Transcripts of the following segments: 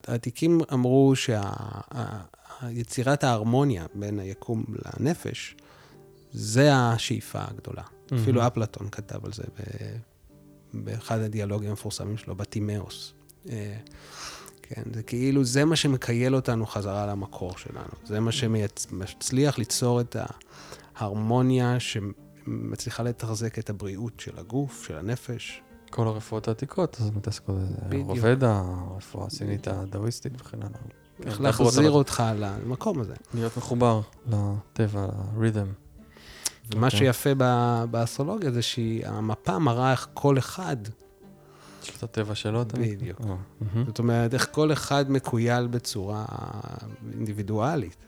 העתיקים אמרו שיצירת ההרמוניה בין היקום לנפש, זה השאיפה הגדולה. אפילו אפלטון כתב על זה באחד הדיאלוגים המפורסמים שלו, בתימאוס. כן, זה כאילו, זה מה שמקייל אותנו חזרה למקור שלנו. זה מה שמצליח ליצור את ההרמוניה שמצליחה לתחזק את הבריאות של הגוף, של הנפש. כל הרפואות העתיקות, אז מתעסקות רובדה, הרפואה הסינית הדאויסטית וכן הלאה. איך להחזיר אותך למקום הזה. להיות מחובר לטבע, לרית'ם. ומה שיפה באסטרולוגיה זה שהמפה מראה איך כל אחד... יש את הטבע שלו. בדיוק. זאת אומרת, איך כל אחד מקוייל בצורה אינדיבידואלית.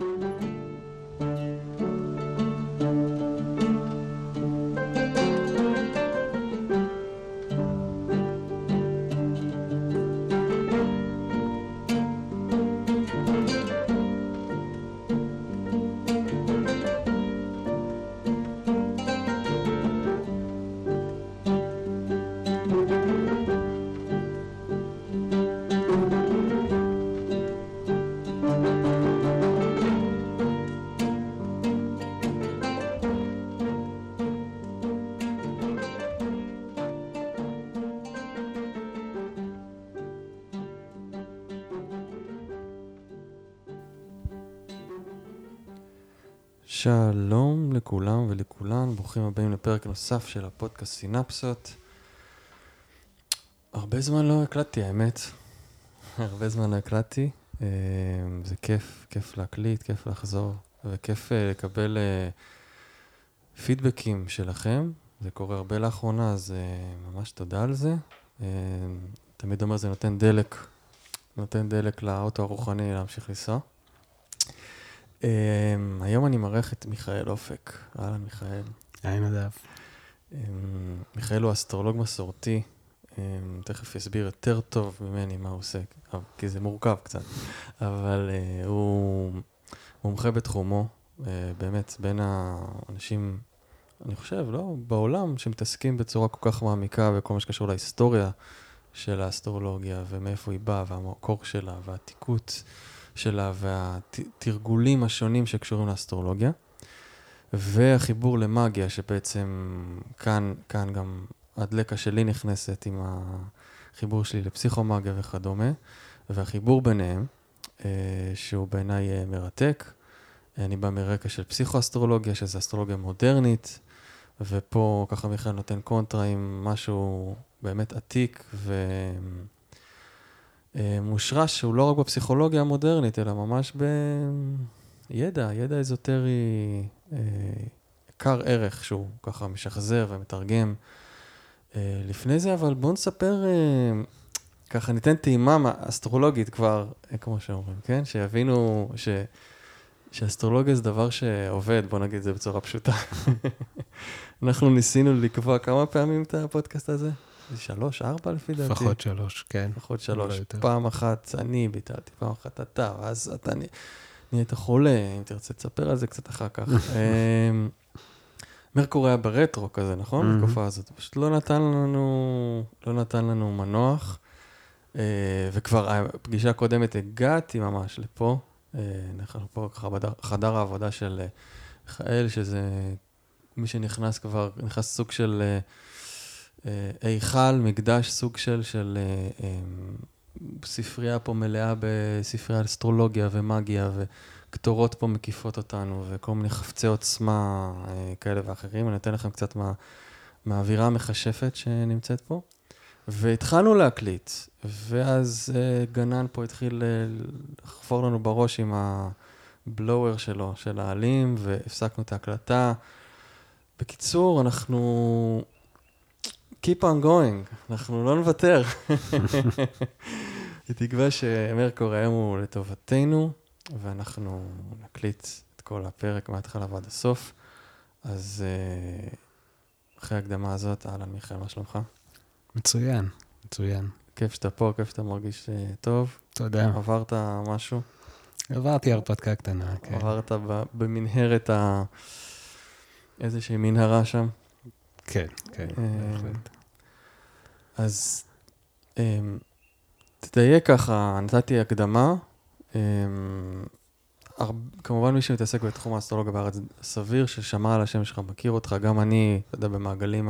שלום לכולם ולכולן, ברוכים הבאים לפרק נוסף של הפודקאסט סינפסות. הרבה זמן לא הקלטתי, האמת. הרבה זמן לא הקלטתי. זה כיף להקליט, כיף לחזור, וכיף לקבל פידבקים שלכם. זה קורה הרבה לאחרונה, אז ממש תודה על זה. תמיד אומר, זה נותן דלק לאוטו הרוחני להמשיך לנסוע. היום אני מערך את מיכאל אופק. אהלן מיכאל. היי נדב. מיכאל הוא אסטרולוג מסורתי, תכף יסביר יותר טוב ממני מה הוא עושה, כי זה מורכב קצת, אבל הוא מומחה בתחומו, באמת בין האנשים, אני חושב, לא, בעולם שמתעסקים בצורה כל כך מעמיקה וכל מה שקשור להיסטוריה של האסטרולוגיה ומאיפה היא באה והמקור שלה והעתיקות שלה והתרגולים השונים שקשורים לאסטרולוגיה, והחיבור למאגיה שבעצם כאן גם הדלקה שלי נכנסת עם החיבור שלי לפסיכומאגיה וכדומה, והחיבור ביניהם, שהוא בעיניי מרתק. אני בא מרקע של פסיכואסטרולוגיה, שזה אסטרולוגיה מודרנית, ופה ככה מיכאל נותן קונטרה עם משהו באמת עתיק ומושרש, שהוא לא רק בפסיכולוגיה המודרנית, אלא ממש ידע אזוטרי, עיקר ערך שהוא ככה משחזר ומתרגם. לפני זה, אבל בואו נספר, ככה ניתן טעימה אסטרולוגית כבר, כמו שאומרים, כן? שיבינו שאסטרולוגיה זה דבר שעובד, בואו נגיד את זה בצורה פשוטה. אנחנו ניסינו לקבוע כמה פעמים את הפודקאסט הזה? 3, 4 לפי דעתי? לפחות 3, כן. לפחות 3. פעם אחת אני ביטלתי, פעם אחת אתה, ואז אתה נהיית חולה, אם תרצה תספר על זה קצת אחר כך. מרקור היה ברטרו כזה, נכון? בתקופה הזאת. פשוט לא נתן לנו מנוח, וכבר הפגישה הקודמת הגעתי ממש לפה, אנחנו פה ככה בחדר העבודה של מיכאל, שזה מי שנכנס כבר, נכנס סוג של היכל, מקדש, סוג של ספרייה פה מלאה בספרייה אסטרולוגיה ומאגיה, וכתורות פה מקיפות אותנו, וכל מיני חפצי עוצמה כאלה ואחרים. אני אתן לכם קצת מהאווירה המחשפת שנמצאת פה. והתחלנו להקליט, ואז גנן פה התחיל לחפור לנו בראש עם הבלואר שלו, של העלים, והפסקנו את ההקלטה. בקיצור, אנחנו keep on going, אנחנו לא נוותר. תקווה שמרקור היום הוא לטובתנו, ואנחנו נקליט את כל הפרק מההתחלה ועד הסוף. אז אחרי ההקדמה הזאת, אהלן מיכאל, מה שלומך? מצוין. כיף שאתה פה, כיף שאתה מרגיש טוב. תודה. עברת משהו? עברתי הרפתקה קטנה, כן. עברת במנהרת איזושהי מנהרה שם? כן, בהחלט. אז תדייק ככה, נתתי הקדמה. כמובן מי שמתעסק בתחום האסטרולוגיה בארץ, סביר ששמע על השם שלך, מכיר אותך, גם אני, אתה יודע, במעגלים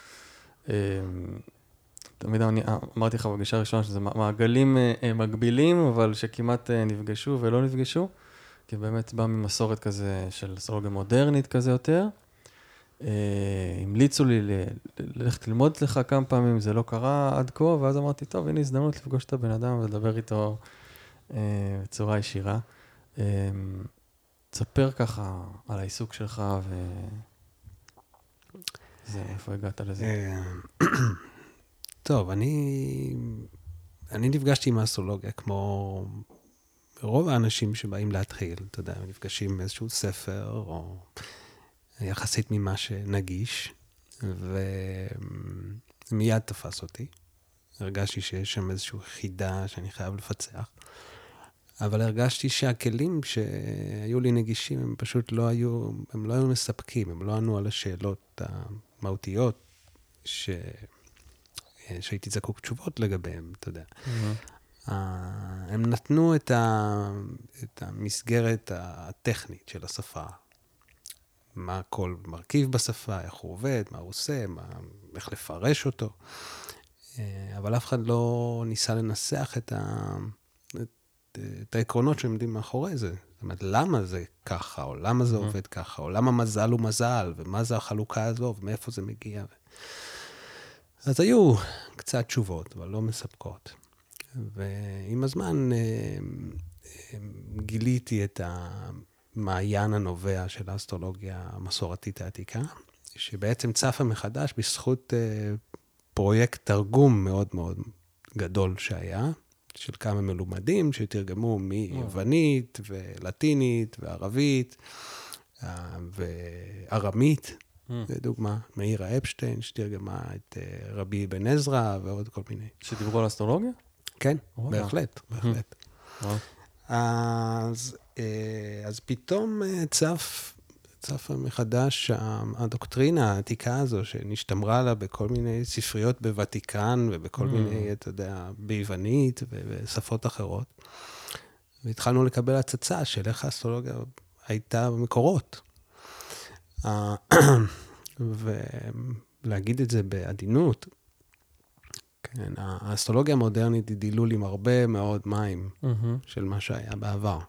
תמיד אמרתי לך בפגישה הראשונה שזה מעגלים מקבילים, אבל שכמעט נפגשו ולא נפגשו, כי באמת בא ממסורת כזה של אסטרולוגיה מודרנית כזה יותר. המליצו לי ללכת ללמוד לך כמה פעמים, זה לא קרה עד כה, ואז אמרתי, טוב, הנה הזדמנות לפגוש את הבן אדם ולדבר איתו בצורה ישירה. תספר ככה על העיסוק שלך איפה הגעת לזה? טוב, אני נפגשתי עם האסטרולוגיה כמו רוב האנשים שבאים להתחיל, אתה יודע, נפגשים עם איזשהו ספר, או יחסית ממה שנגיש, ומיד תפס אותי. הרגשתי שיש שם איזשהו חידה שאני חייב לפצח. אבל הרגשתי שהכלים שהיו לי נגישים, הם פשוט לא היו מספקים, הם לא ענו על השאלות המהותיות שהייתי זקוק תשובות לגביהם, אתה יודע. הם נתנו את המסגרת הטכנית של השפה. מה כל מרכיב בשפה, איך הוא עובד, מה הוא עושה, איך לפרש אותו. אבל אף אחד לא ניסה לנסח את העקרונות שעומדים מאחורי זה. זאת אומרת, למה זה ככה, או למה זה עובד ככה, או למה מזל הוא מזל, ומה זה החלוקה הזו, ומאיפה זה מגיע. אז היו קצת תשובות, אבל לא מספקות. ועם הזמן גיליתי את המעיין הנובע של האסטרולוגיה המסורתית העתיקה, שבעצם צפה מחדש בזכות פרויקט תרגום מאוד מאוד גדול שהיה, של כמה מלומדים שתרגמו מיוונית ולטינית וערבית וארמית, לדוגמה, מאירה אפשטיין, שתרגמה את רבי בן עזרא ועוד כל מיני. שדיברו על אסטרולוגיה? כן, בהחלט, בהחלט. אז פתאום צפה מחדש הדוקטרינה העתיקה הזו, שנשתמרה לה בכל מיני ספריות בוותיקן, ובכל מיני, אתה יודע, ביוונית ובשפות אחרות. והתחלנו לקבל הצצה של איך האסטרולוגיה הייתה במקורות. ולהגיד את זה בעדינות, כן, האסטרולוגיה המודרנית היא דילול עם הרבה מאוד מים של מה שהיה בעבר.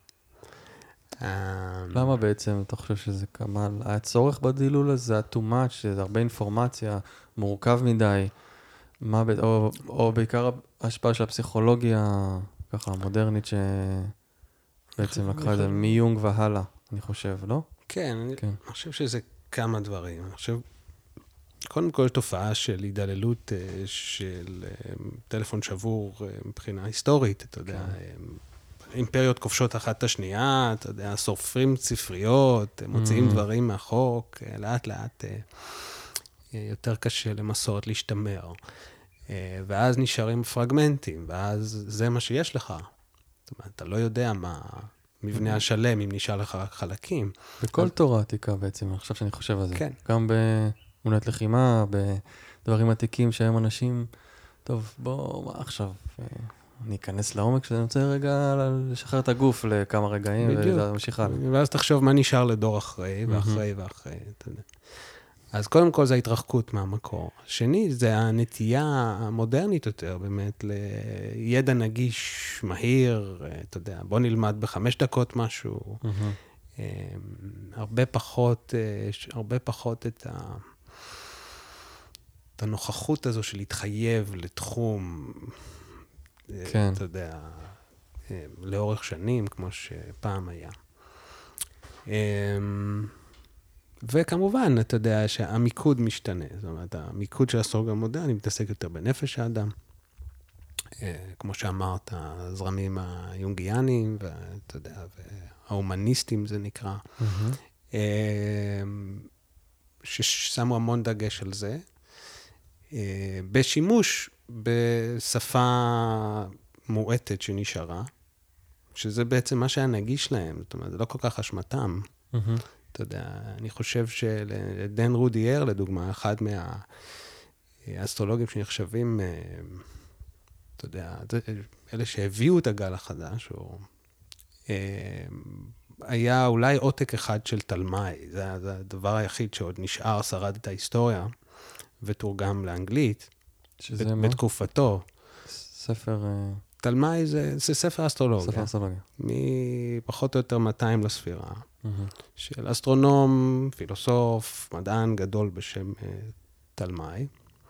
למה בעצם אתה חושב שזה כמה, היה צורך בדילול הזה, too much, שזה הרבה אינפורמציה, מורכב מדי, או בעיקר ההשפעה של הפסיכולוגיה, ככה, המודרנית, שבעצם לקחה את זה מיונג והלאה, אני חושב, לא? כן, אני חושב שזה כמה דברים. אני חושב, קודם כל, תופעה של הידללות של טלפון שבור מבחינה היסטורית, אתה יודע, אימפריות כובשות אחת את השנייה, אתה יודע, שורפים ספריות, מוציאים דברים מהחוק, לאט לאט יותר קשה למסורת להשתמר. ואז נשארים פרגמנטים, ואז זה מה שיש לך. זאת אומרת, אתה לא יודע מה מבנה השלם, אם נשאר לך רק חלקים. בכל תורה עתיקה בעצם, עכשיו שאני חושב על זה. כן. גם באמונת לחימה, בדברים עתיקים שהיום אנשים, טוב, בוא, מה עכשיו? אני אכנס לעומק, שאני רוצה רגע לשחרר את הגוף לכמה רגעים, ולהמשיך הלאה. ואז תחשוב מה נשאר לדור אחרי, ואחרי, אתה יודע. אז קודם כל זה ההתרחקות מהמקור. שני, זה הנטייה המודרנית יותר, באמת, לידע נגיש, מהיר, אתה יודע, בוא נלמד ב5 דקות משהו. הרבה פחות את הנוכחות הזו של להתחייב לתחום, כן. אתה יודע, לאורך שנים, כמו שפעם היה. וכמובן, אתה יודע שהמיקוד משתנה. זאת אומרת, המיקוד של האסטרולוגיה המודרנית מתעסק יותר בנפש האדם. כמו שאמרת, הזרמים היונגיאניים, ואתה יודע, וההומניסטים זה נקרא, ששמו המון דגש על זה. בשימוש בשפה מועטת שנשארה, שזה בעצם מה שהיה נגיש להם. זאת אומרת, זה לא כל כך אשמתם. אתה יודע, אני חושב שלדן רודייר, לדוגמה, אחד מהאסטרולוגים שנחשבים אתה יודע, אלה שהביאו את הגל החדש, או היה אולי עותק אחד של תלמי, זה הדבר היחיד שעוד נשאר, שרד את ההיסטוריה, ותורגם לאנגלית, שזה מה? בתקופתו. ספר... תלמי זה ספר אסטרולוגיה. ספר אסטרולוגיה. מפחות או יותר 200 לספירה, של אסטרונום, פילוסוף, מדען גדול בשם תלמי,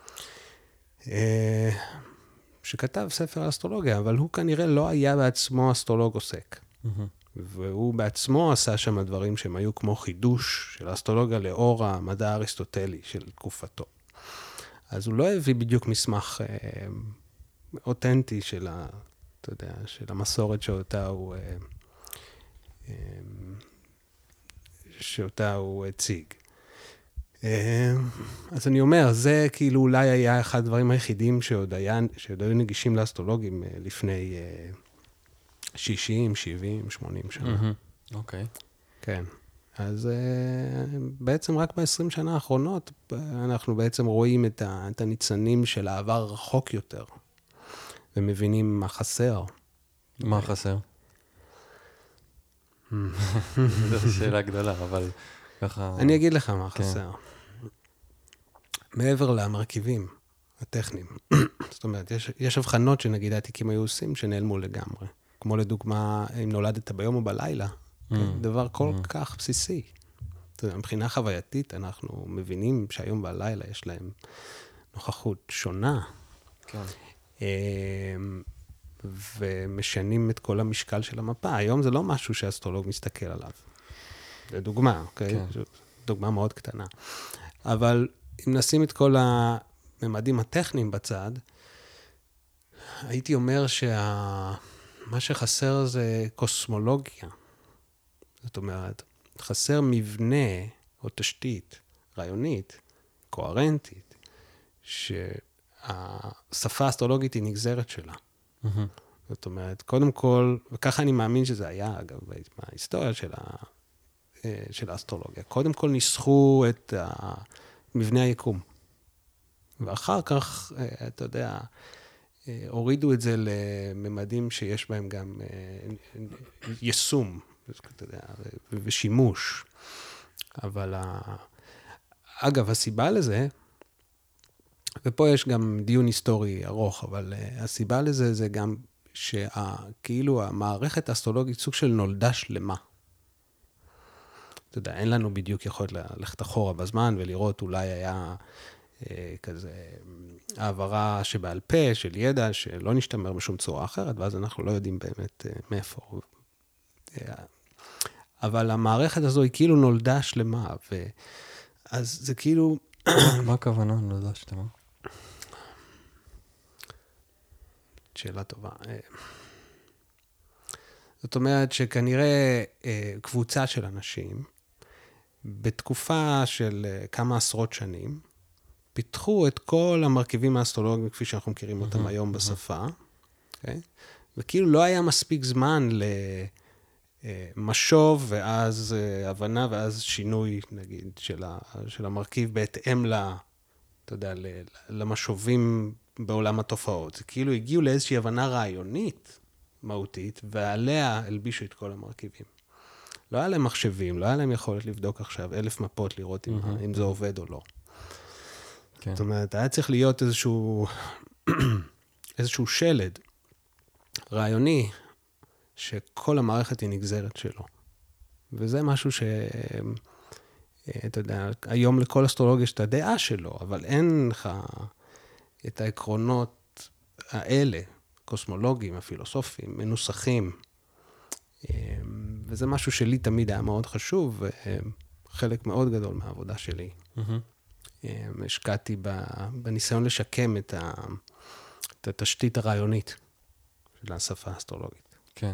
שכתב ספר אסטרולוגיה, אבל הוא כנראה לא היה בעצמו אסטרולוג עוסק. והוא בעצמו עשה שם דברים שהם היו כמו חידוש של אסטרולוגיה לאור המדע האריסטוטלי של תקופתו. אז הוא לא הביא בדיוק מסמך אותנטי של, אתה יודע, של המסורת שאותה הוא הציג. אז אני אומר, זה כאילו אולי היה אחד הדברים היחידים שעוד היו נגישים לאסטרולוגים לפני 60, 70, 80 שנה. אוקיי. כן. אז בעצם רק ב-20 שנה האחרונות, אנחנו בעצם רואים את הניצנים של העבר רחוק יותר, ומבינים מה חסר. מה חסר? זו שאלה גדולה, אבל ככה... אני אגיד לך מה חסר. מעבר למרכיבים הטכניים. זאת אומרת, יש הבחנות שנגיד העתיקים היו עושים שנעלמו לגמרי. כמו לדוגמה, אם נולדת ביום או בלילה, דבר כל כך בסיסי. מבחינה חווייתית, אנחנו מבינים שהיום בלילה יש להם נוכחות שונה. כן. ומשנים את כל המשקל של המפה. היום זה לא משהו שהאסטרולוג מסתכל עליו. זה דוגמה, אוקיי? כן. דוגמה מאוד קטנה. אבל אם נשים את כל הממדים הטכניים בצד, הייתי אומר מה שחסר זה קוסמולוגיה. זאת אומרת, חסר מבנה או תשתית רעיונית, קוהרנטית, שהשפה האסטרולוגית היא נגזרת שלה. זאת אומרת, קודם כל, וככה אני מאמין שזה היה, אגב, בהיסטוריה של האסטרולוגיה, קודם כל ניסחו את מבנה היקום. ואחר כך, אתה יודע, הורידו את זה לממדים שיש בהם גם יישום, אתה יודע, ושימוש. אבל, אגב, הסיבה לזה, ופה יש גם דיון היסטורי ארוך, אבל הסיבה לזה זה גם שכאילו המערכת האסטרולוגית סוג של נולדה שלמה. אתה יודע, אין לנו בדיוק יכולת ללכת אחורה בזמן ולראות אולי היה כזה העברה שבעל פה של ידע שלא נשתמר בשום צורה אחרת, ואז אנחנו לא יודעים באמת מאיפה. אבל המערכת הזו היא כאילו נולדה שלמה, אז זה כאילו... מה הכוונה נולדה שלמה? שאלה טובה. זאת אומרת שכנראה קבוצה של אנשים, בתקופה של כמה עשרות שנים, פיתחו את כל המרכיבים האסטרולוגיים, כפי שאנחנו מכירים אותם היום בשפה, וכאילו לא היה מספיק זמן למשוב, ואז הבנה, ואז שינוי, נגיד, של המרכיב בהתאם אתה יודע, למשובים בעולם התופעות. זה כאילו הגיעו לאיזושהי הבנה רעיונית, מהותית, ועליה הלבישו את כל המרכיבים. לא היה להם מחשבים, לא היה להם יכולת לבדוק עכשיו 1000 מפות, לראות אם זה עובד או לא. כן. זאת אומרת, היה צריך להיות איזשהו שלד רעיוני, שכל המערכת היא נגזרת שלו. וזה משהו אתה יודע, היום לכל אסטרולוגיה יש את הדעה שלו, אבל אין לך את העקרונות האלה, קוסמולוגיים, הפילוסופיים, מנוסחים. וזה משהו שלי תמיד היה מאוד חשוב, וחלק מאוד גדול מהעבודה שלי. השקעתי בניסיון לשקם את התשתית הרעיונית של השפה האסטרולוגית. כן.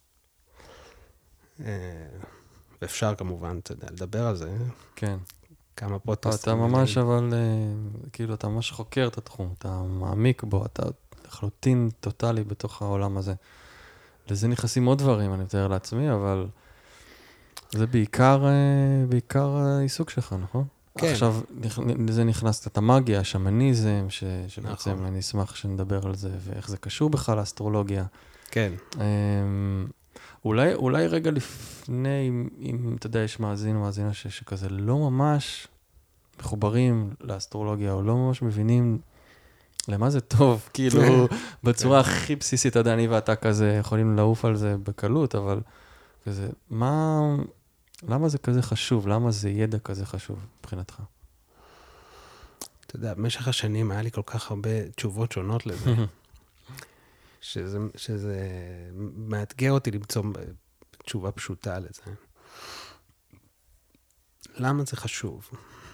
ואפשר כמובן, אתה יודע, לדבר על זה. כן. כמה פודקאסטים. אתה ממש, אבל, כאילו, אתה ממש חוקר את התחום, אתה מעמיק בו, אתה לחלוטין טוטלי בתוך העולם הזה. לזה נכנסים עוד דברים, אני מתאר לעצמי, אבל זה בעיקר העיסוק שלך, נכון? עכשיו, לזה נכנסת את המאגיה, השמניזם, שבעצם נכון. אני אשמח שנדבר על זה, ואיך זה קשור בכלל לאסטרולוגיה. כן. אולי רגע לפני, אם אתה יודע, יש מאזין או מאזינה שכזה לא ממש מחוברים לאסטרולוגיה, או לא ממש מבינים למה זה טוב, כאילו, בצורה הכי בסיסית, אתה יודע, אני ואתה כזה יכולים לעוף על זה בקלות, אבל כזה, למה זה כזה חשוב? למה זה ידע כזה חשוב מבחינתך? אתה יודע, במשך השנים היה לי כל כך הרבה תשובות שונות לזה, שזה מאתגר אותי למצוא תשובה פשוטה לזה. למה זה חשוב?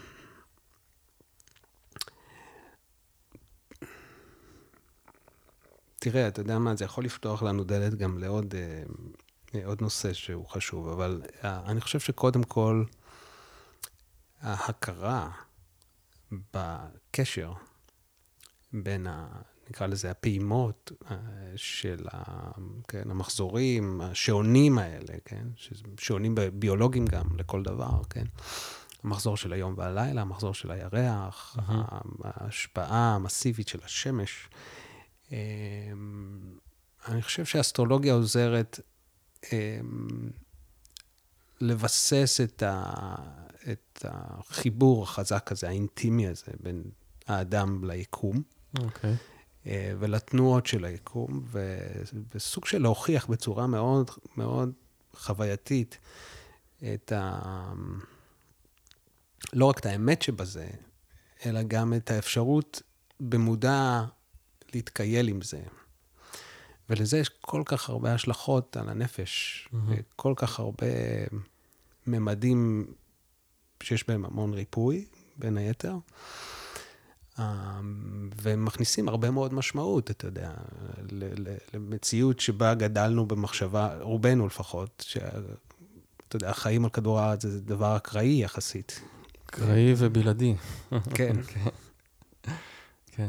תראה, אתה יודע מה, זה יכול לפתוח לנו דלת גם לעוד עוד נושא שהוא חשוב, אבל אני חושב שקודם כל, ההכרה בקשר בין, נקרא לזה, הפעימות של כן, המחזורים, השעונים האלה, כן, שעונים ביולוגיים גם לכל דבר, כן. המחזור של היום והלילה, המחזור של הירח, ההשפעה המסיבית של השמש. אני חושב שהאסטרולוגיה עוזרת לבסס את החיבור החזק הזה, האינטימי הזה, בין האדם ליקום, ולתנועות של היקום, וסוג של להוכיח בצורה מאוד מאוד חווייתית לא רק את האמת שבזה, אלא גם את האפשרות במודע להתקייל עם זה. ולזה יש כל כך הרבה השלכות על הנפש, וכל כך הרבה ממדים שיש בהם המון ריפוי, בין היתר, ומכניסים הרבה מאוד משמעות, אתה יודע, למציאות שבה גדלנו במחשבה, רובנו לפחות, אתה יודע, החיים על כדור הארץ זה דבר אקראי יחסית. אקראי ובלעדי. כן. כן.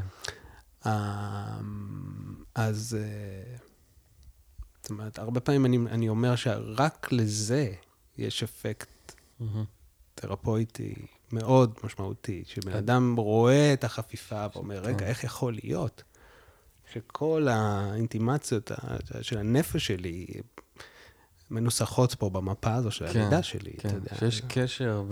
אז, זאת אומרת, הרבה פעמים אני אומר שרק לזה יש אפקט תרפויטי מאוד משמעותי, שבן אדם רואה את החפיפה ואומר, רגע, איך יכול להיות שכל האינטימציות של הנפש שלי מנוסחות פה במפה הזו של הלידה שלי, אתה יודע. שיש קשר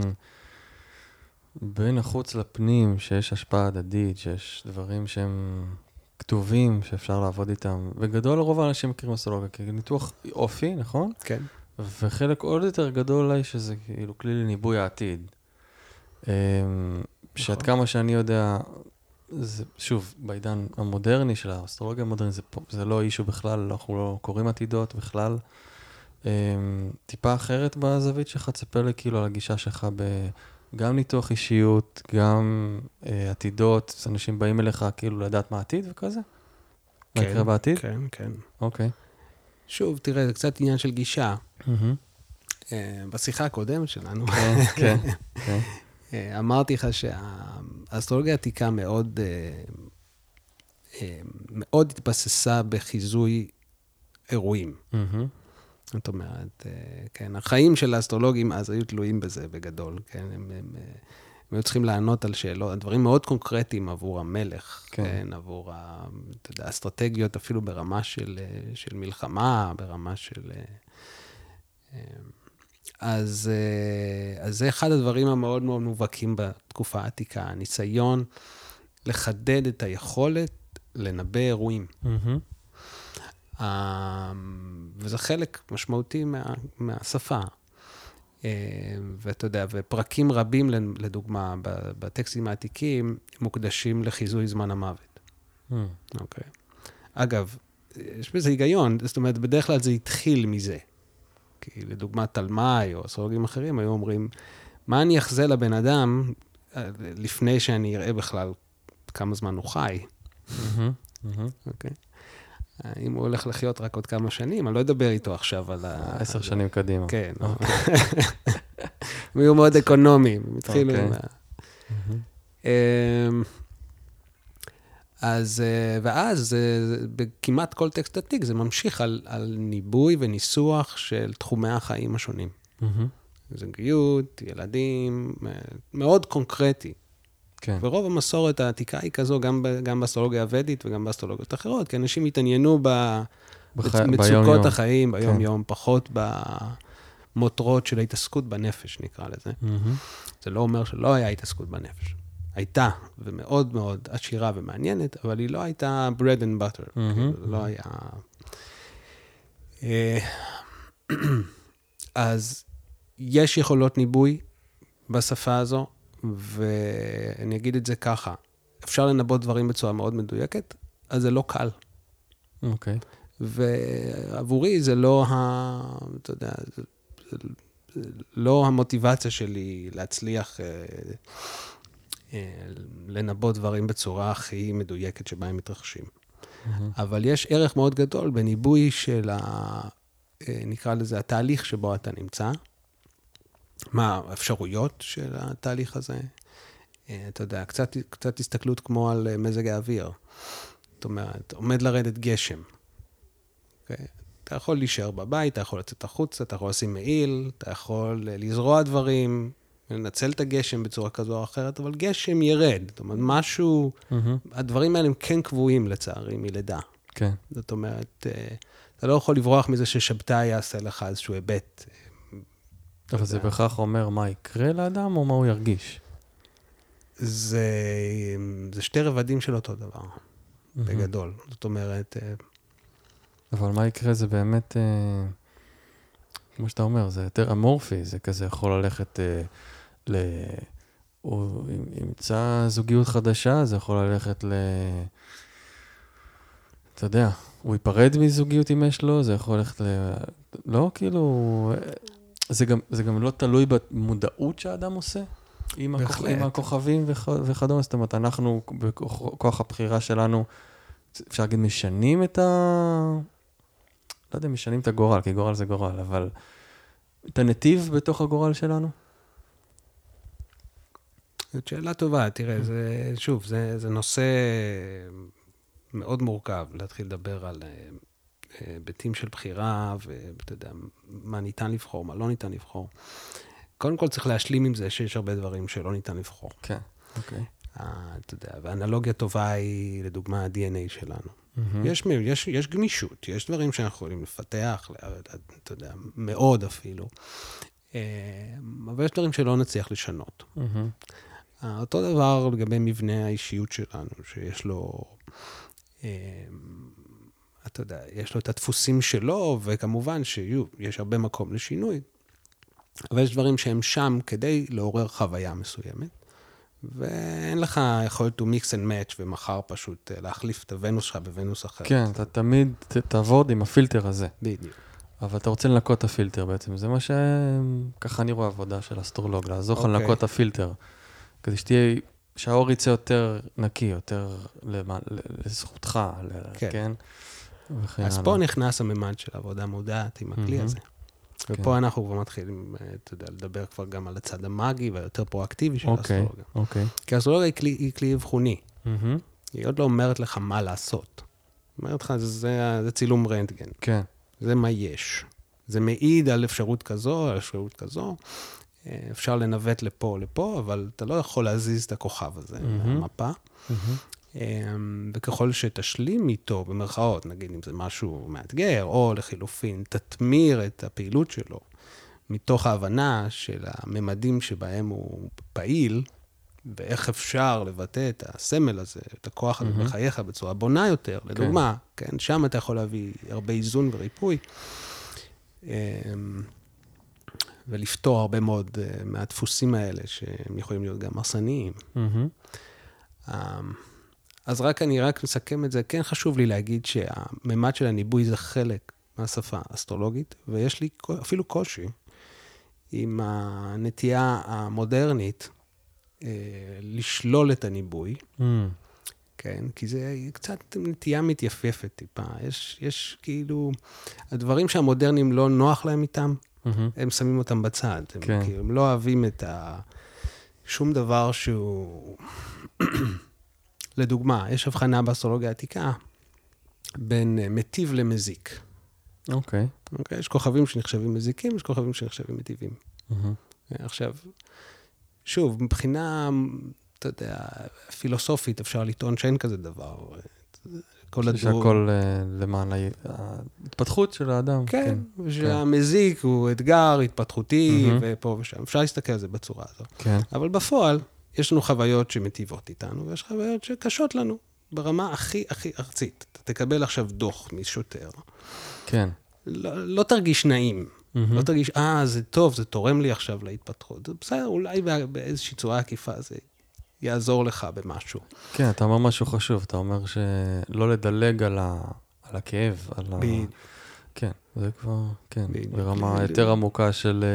בין החוץ לפנים, שיש השפעה הדדית, שיש דברים שהם כתובים, שאפשר לעבוד איתם. בגדול, רוב האנשים מכירים אסטרולוגיה, כי ניתוח אופי, נכון? כן. וחלק עוד יותר גדול אולי, שזה כאילו כלי לניבוי העתיד. שעד כמה שאני יודע, זה, שוב, בעידן המודרני של האסטרולוגיה המודרנית, זה לא אישו בכלל, אנחנו לא קוראים עתידות בכלל. טיפה אחרת בזווית שלך, תספר לי כאילו על הגישה שלך גם ניתוח אישיות, גם עתידות, אנשים באים אליך כאילו לדעת מה העתיד וכזה? מה יקרה בעתיד? כן, כן. אוקיי. שוב, תראה, זה קצת עניין של גישה. בשיחה הקודמת שלנו, כן. אמרתי לך שהאסטרולוגיה העתיקה מאוד התבססה בחיזוי אירועים. זאת אומרת, כן, החיים של האסטרולוגים אז היו תלויים בזה בגדול, כן, הם היו צריכים לענות על שאלות, דברים מאוד קונקרטיים עבור המלך, כן, עבור, אתה יודע, אסטרטגיות אפילו ברמה של מלחמה, ברמה של... אז זה אחד הדברים המאוד מאוד מובהקים בתקופה העתיקה, הניסיון לחדד את היכולת לנבא אירועים. וזה חלק משמעותי מהשפה. ואתה יודע, ופרקים רבים, לדוגמה, בטקסטים העתיקים, מוקדשים לחיזוי זמן המוות. אוקיי. אגב, יש בזה היגיון, זאת אומרת, בדרך כלל זה התחיל מזה. כי לדוגמה, תלמי או אסטרולוגים אחרים היו אומרים, מה אני אחזה לבן אדם לפני שאני אראה בכלל כמה זמן הוא חי? אוקיי. אם הוא הולך לחיות רק עוד כמה שנים, אני לא אדבר איתו עכשיו על 10 שנים קדימה. כן. הם היו מאוד אקונומיים, הם התחילו ואז בכמעט כל טקסט עתיק זה ממשיך על ניבוי וניסוח של תחומי החיים השונים. זוגיות, ילדים, מאוד קונקרטי. כן. ורוב המסורת העתיקה היא כזו, גם באסטרולוגיה הוודית וגם באסטרולוגיות אחרות, כי אנשים התעניינו במצוקות החיים, ביום-יום, פחות במותרות של ההתעסקות בנפש, נקרא לזה. זה לא אומר שלא היה התעסקות בנפש. הייתה, ומאוד מאוד עשירה ומעניינת, אבל היא לא הייתה bread and butter. זה לא היה... אז יש יכולות ניבוי בשפה הזו, ואני אגיד את זה ככה, אפשר לנבוא דברים בצורה מאוד מדויקת, אז זה לא קל. אוקיי. ועבורי זה לא אתה יודע, זה לא המוטיבציה שלי להצליח לנבוא דברים בצורה הכי מדויקת שבה הם מתרחשים. אבל יש ערך מאוד גדול בניבוי של נקרא לזה, התהליך שבו אתה נמצא, מה האפשרויות של התהליך הזה. אתה יודע, קצת הסתכלות כמו על מזג האוויר. זאת אומרת, עומד לרדת גשם. Okay? אתה יכול להישאר בבית, אתה יכול לצאת החוצה, אתה יכול לשים מעיל, אתה יכול לזרוע דברים, לנצל את הגשם בצורה כזו או אחרת, אבל גשם ירד. זאת אומרת, משהו, הדברים האלה הם כן קבועים לצערי מלידה. כן. זאת אומרת, אתה לא יכול לברוח מזה ששבתאי יעשה לך איזשהו היבט. אבל זה בהכרח אומר מה יקרה לאדם או מה הוא ירגיש? זה שתי רבדים של אותו דבר, בגדול. זאת אומרת... אבל מה יקרה זה באמת, כמו שאתה אומר, זה יותר אמורפי, זה כזה יכול ללכת הוא ימצא זוגיות חדשה, זה יכול ללכת אתה יודע, הוא ייפרד מזוגיות אם יש לו, זה יכול ללכת לא, כאילו... זה גם לא תלוי במודעות שהאדם עושה, עם הכוכבים וכדומה. זאת אומרת, אנחנו, בכוח הבחירה שלנו, אפשר להגיד, משנים את לא יודע, משנים את הגורל, כי גורל זה גורל, אבל את הנתיב בתוך הגורל שלנו? זאת שאלה טובה, תראה, שוב, זה נושא מאוד מורכב, להתחיל לדבר על היבטים של בחירה, ואתה יודע, מה ניתן לבחור, מה לא ניתן לבחור. קודם כל צריך להשלים עם זה שיש הרבה דברים שלא ניתן לבחור. כן, אוקיי. אתה יודע, ואנלוגיה טובה היא, לדוגמה, ה-DNA שלנו. יש גמישות, יש דברים שאנחנו יכולים לפתח, אתה יודע, מאוד אפילו. אבל יש דברים שלא נצליח לשנות. אותו דבר לגבי מבנה האישיות שלנו, שיש לו... אתה יודע, יש לו את הדפוסים שלו, וכמובן שיש הרבה מקום לשינוי, אבל יש דברים שהם שם כדי לעורר חוויה מסוימת, ואין לך יכולת to mix and match, ומחר פשוט להחליף את הוונוס שלך בוונוס אחרת. כן, אתה תמיד תעבוד עם הפילטר הזה. בדיוק. אבל אתה רוצה לנקות את הפילטר בעצם, זה מה ככה אני רואה עבודה של אסטרולוג, לעזור לך לנקות את הפילטר, כדי שהאור יצא יותר נקי, יותר לזכותך, כן? אז פה נכנס הממד של עבודה מודעת עם הכלי הזה. ופה אנחנו כבר מתחילים, אתה יודע, לדבר כבר גם על הצד המאגי והיותר פרואקטיבי של האסטרולוגיה. כי האסטרולוגיה היא כלי אבחוני. היא עוד לא אומרת לך מה לעשות. היא אומרת לך, זה צילום רנטגן. כן. זה מה יש. זה מעיד על אפשרות כזו, על אפשרות כזו. אפשר לנווט לפה או לפה, אבל אתה לא יכול להזיז את הכוכב הזה מהמפה. וככל שתשלים איתו, במרכאות, נגיד אם זה משהו מאתגר, או לחילופין, תתמיר את הפעילות שלו, מתוך ההבנה של הממדים שבהם הוא פעיל, ואיך אפשר לבטא את הסמל הזה, את הכוח הזה בחייך בצורה בונה יותר, לדוגמה, כן, שם אתה יכול להביא הרבה איזון וריפוי, ולפתור הרבה מאוד מהדפוסים האלה, שהם יכולים להיות גם הרסניים. אז אני רק מסכם את זה, כן חשוב לי להגיד שהממד של הניבוי זה חלק מהשפה האסטרולוגית, ויש לי אפילו קושי עם הנטייה המודרנית לשלול את הניבוי, כן, כי זה קצת נטייה מתייפפת טיפה. יש כאילו, הדברים שהמודרנים לא נוח להם איתם, הם שמים אותם בצד. הם לא אוהבים את שום דבר שהוא... לדוגמה, יש הבחנה באסטרולוגיה העתיקה בין מטיב למזיק. אוקיי. יש כוכבים שנחשבים מזיקים, יש כוכבים שנחשבים מטיבים. עכשיו, שוב, מבחינה, אתה יודע, פילוסופית, אפשר לטעון שאין כזה דבר. שהכל למען ההתפתחות של האדם. כן, שהמזיק הוא אתגר התפתחותי, ופה ושם. אפשר להסתכל על זה בצורה הזו. כן. אבל בפועל, יש לנו חוויות שמטיבות איתנו, ויש חוויות שקשות לנו, ברמה הכי ארצית. אתה תקבל עכשיו דוח משוטר. כן. לא תרגיש נעים. לא תרגיש, זה טוב, זה תורם לי עכשיו להתפתחות. בסדר, אולי באיזושהי צורה עקיפה זה יעזור לך במשהו. כן, אתה אומר משהו חשוב. אתה אומר שלא לדלג על הכאב. כן, זה כבר, כן, ברמה יותר עמוקה של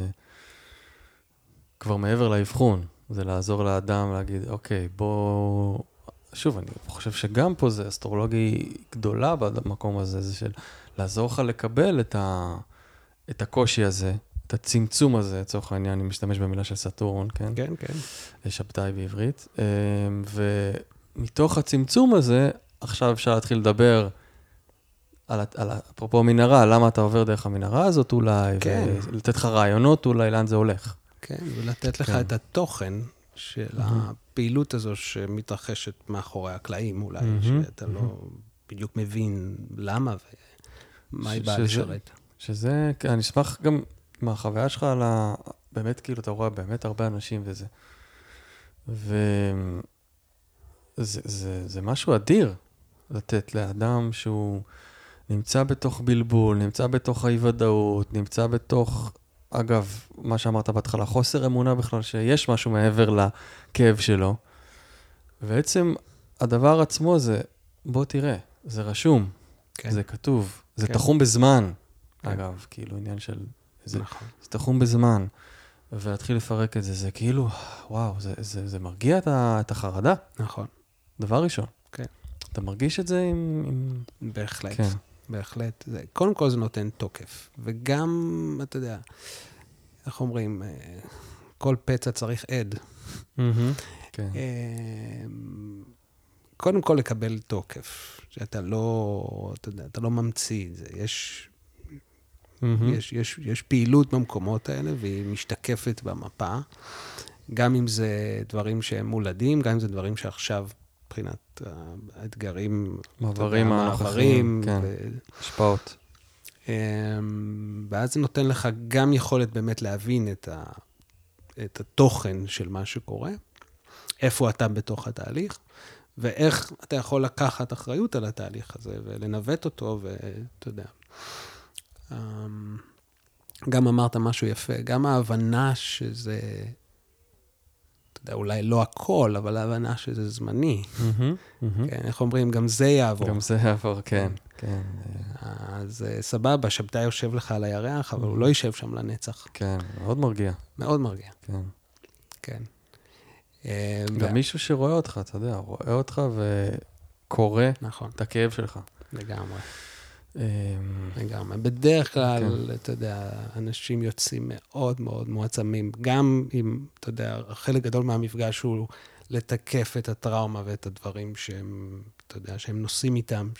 כבר מעבר לאבחון. זה לעזור לאדם, להגיד, אוקיי, בוא... שוב, אני חושב שגם פה זה אסטרולוגי גדולה במקום הזה, זה של לעזור לך לקבל את הקושי הזה, את הצמצום הזה, לצורך העניין, אני משתמש במילה של סטורן, כן? כן, כן. שבתאי בעברית. ומתוך הצמצום הזה, עכשיו אפשר להתחיל לדבר על אפרופו מנהרה, למה אתה עובר דרך המנהרה הזאת אולי, כן. ולתת לך רעיונות אולי, לאן זה הולך. כן, ולתת לך את התוכן של הפעילות הזו שמתרחשת מאחורי הקלעים אולי, שאתה לא בדיוק מבין למה ומה היא באה לשרת. שזה, אני אשמח גם מהחוויה שלך על באמת כאילו אתה רואה באמת הרבה אנשים וזה. וזה משהו אדיר לתת לאדם שהוא נמצא בתוך בלבול, נמצא בתוך האי-ודאות, נמצא בתוך, אגב, מה שאמרת בהתחלה, חוסר אמונה בכלל שיש משהו מעבר לכאב שלו. ובעצם הדבר עצמו זה, בוא תראה, זה רשום, כן. זה כתוב, זה כן. תחום בזמן. כן. אגב, כאילו עניין של, זה תחום בזמן. ולהתחיל לפרק את זה, זה כאילו, וואו, זה מרגיע את החרדה. נכון. דבר ראשון. כן. אתה מרגיש את זה עם... בהחלט. כן. בהחלט. קודם כל זה נותן תוקף. וגם, אתה יודע, איך אומרים, כל פצע צריך עד. כן. קודם כל לקבל תוקף. שאתה לא, אתה יודע, אתה לא ממציא את זה. יש פעילות במקומות האלה, והיא משתקפת במפה. גם אם זה דברים שהם מולדים, גם אם זה דברים שעכשיו, מבחינת האתגרים, מעברים, כן, השפעות. ואז זה נותן לך גם יכולת באמת להבין את התוכן של מה שקורה, איפה אתה בתוך התהליך, ואיך אתה יכול לקחת אחריות על התהליך הזה, ולנווט אותו, ואתה יודע. גם אמרת משהו יפה, גם ההבנה שזה, אתה יודע, אולי לא הכל, אבל ההבנה שזה זמני. כן, איך אומרים, גם זה יעבור. גם זה יעבור, כן. אז סבבה, שבתאי יושב לך על הירח, אבל הוא לא יישב שם לנצח. כן, מאוד מרגיע. מאוד מרגיע. כן. כן. גם מישהו שרואה אותך, אתה יודע, רואה אותך וקורא את הכאב שלך. לגמרי. בדרך כלל, אתה יודע, אנשים יוצאים מאוד מאוד מועצמים, גם אם, אתה יודע, חלק גדול מהמפגש הוא לתקף את הטראומה ואת הדברים שהם, אתה יודע, שהם נושאים איתם,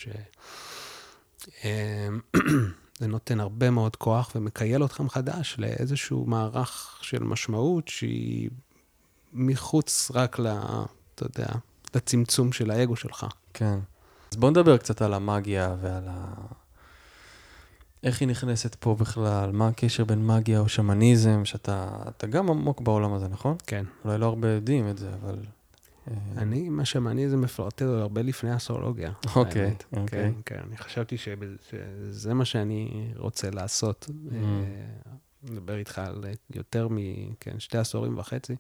זה נותן הרבה מאוד כוח ומקייל אותך מחדש לאיזשהו מערך של משמעות שהיא מחוץ רק אתה יודע, לצמצום של האגו שלך. כן. אז בוא נדבר קצת על המאגיה ועל איך היא נכנסת פה בכלל, מה הקשר בין מאגיה או שמניזם, שאתה גם עמוק בעולם הזה, נכון? כן. אולי לא הרבה יודעים את זה, אבל... מה שמניזם מפלרטט הרבה לפני האסטרולוגיה. אוקיי. כן, כן. אני חשבתי שזה מה שאני רוצה לעשות. נדבר איתך על יותר שתי עשורים וחצי.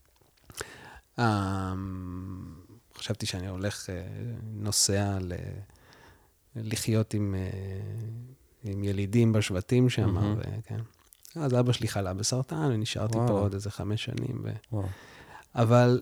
חשבתי שאני הולך, נוסע לחיות עם ילידים בשבטים שם, וכן. אז אבא שלי חלה בסרטן, ונשארתי פה עוד איזה 5 שנים. אבל,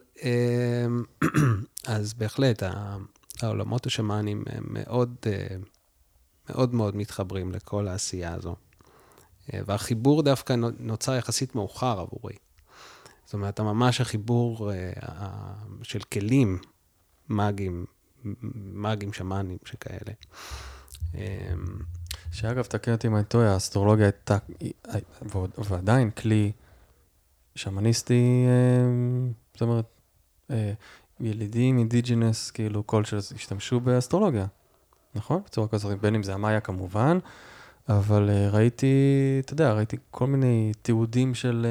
אז בהחלט, העולמות השמאנים הם מאוד, מאוד מאוד מתחברים לכל העשייה הזו. והחיבור דווקא נוצר יחסית מאוחר עבורי. זאת אומרת, ממש החיבור של כלים מאגיים שמאנים שכאלה. שאגב, תקן אותי אם אני טועה, האסטרולוגיה הייתה, ועדיין כלי שמניסטי, זאת אומרת, ילידים, אינדיג'ינס, כאילו, cultures השתמשו באסטרולוגיה, נכון? בצורה כזאת, בין אם זה המאיה כמובן, אבל ראיתי, אתה יודע, ראיתי כל מיני תיעודים של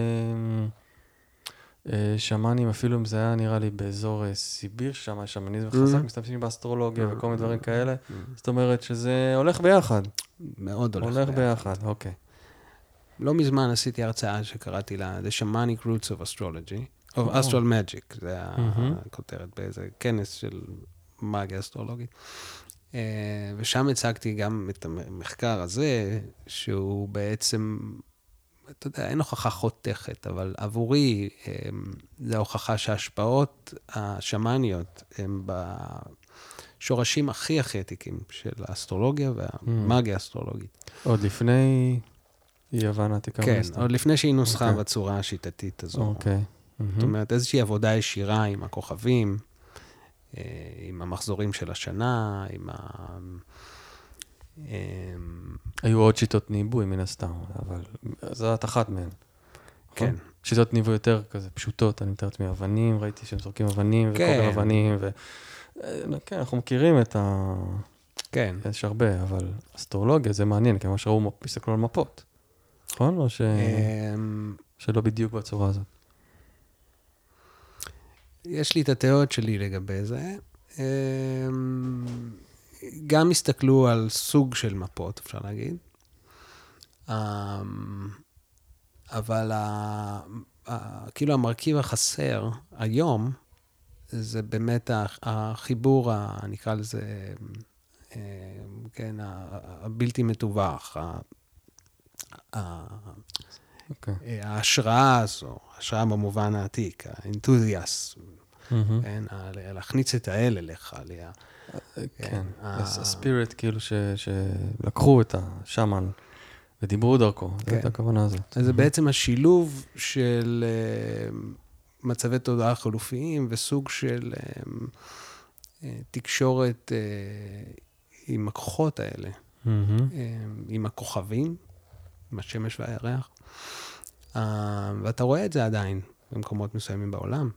שמנים, אפילו אם זה היה נראה לי באזור סיביר, שם השמניזם חזק, משתמשים באסטרולוגיה וכל מיני דברים כאלה, זאת אומרת שזה הולך ביחד. מאוד הולך ביחד, אוקיי. לא מזמן עשיתי הרצאה שקראתי לה The Shamanic Roots of Astrology, of Astral Magic, זה הכותרת באיזה כנס של מאגיה אסטרולוגית. ושם הצגתי גם את המחקר הזה, שהוא בעצם, אתה יודע, אין הוכחה חותכת, אבל עבורי זה ההוכחה שההשפעות השמניות הן בשורשים הכי עתיקים של האסטרולוגיה והמאגיה האסטרולוגית. עוד לפני יוון עתיקה. כן, עוד לפני שהיא נוסחה בצורה השיטתית הזו. אוקיי. זאת אומרת, איזושהי עבודה ישירה עם הכוכבים, עם המחזורים של השנה, עם היו עוד שיטות ניבוי מן הסתם, אבל זאת אחת מהן. כן. שיטות ניבוי יותר כזה פשוטות, אני מתארת מאבנים, ראיתי שהם זורקים אבנים וקובר אבנים, כן, אנחנו מכירים את ה... כן. יש הרבה, אבל אסטרולוגיה זה מעניין, כי מה שראו הסתכלו על מפות, נכון? או שלא בדיוק בצורה הזאת? יש לי את התיאוריות שלי לגבי זה. גם הסתכלו על סוג של מפות, אפשר להגיד. אבל כאילו המרכיב החסר היום, זה באמת החיבור, נקרא לזה, כן, הבלתי מתווך, ההשראה הזו, ההשראה במובן העתיק, האנתוזיאס, להכניס את האל אליך, כן, הספיריט כאילו שלקחו את השמן ודיברו דרכו, זאת הכוונה הזאת. אז זה בעצם השילוב של מצבי תודעה חלופיים וסוג של תקשורת עם הכוחות האלה, עם הכוכבים, עם השמש והירח, ואתה רואה את זה עדיין במקומות מסוימים בעולם.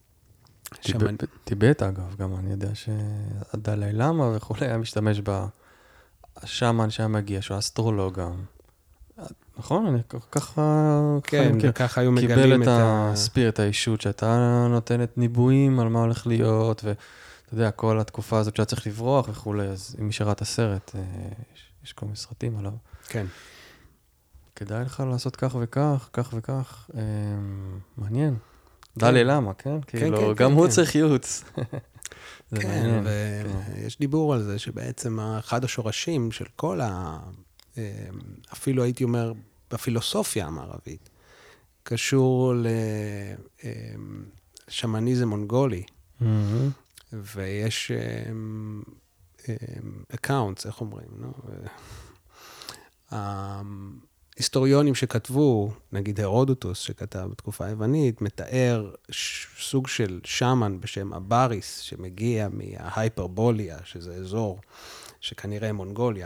טיבט אגב, גם אני יודע שהדלי למה וכולי היה משתמש בשמן שהיה מגיע, שהוא אסטרולוג גם. נכון? אני ככה... כן, וככה היו מגלים את הספירט, האישות, שאתה נותנת ניבויים על מה הולך להיות, ואתה יודע, כל התקופה הזאת שאתה צריך לברוח וכולי, אז אם נשארה את הסרט, יש כל מיני סרטים עליו. כן. כדאי לך לעשות כך וכך, כך וכך, מעניין. דלי למה, כן? כאילו, גם הוא צריך ייעוץ. כן, ויש דיבור על זה שבעצם אחד השורשים של כל אפילו הייתי אומר, בפילוסופיה המערבית, קשור לשמניזם מונגולי, ויש accounts, איך אומרים, היסטוריונים שכתבו, נגיד הרודוטוס שכתב בתקופה היוונית, מתאר סוג של שמן בשם אבריס, שמגיע מההייפרבוליה, שזה אזור שכנראה מונגוליה,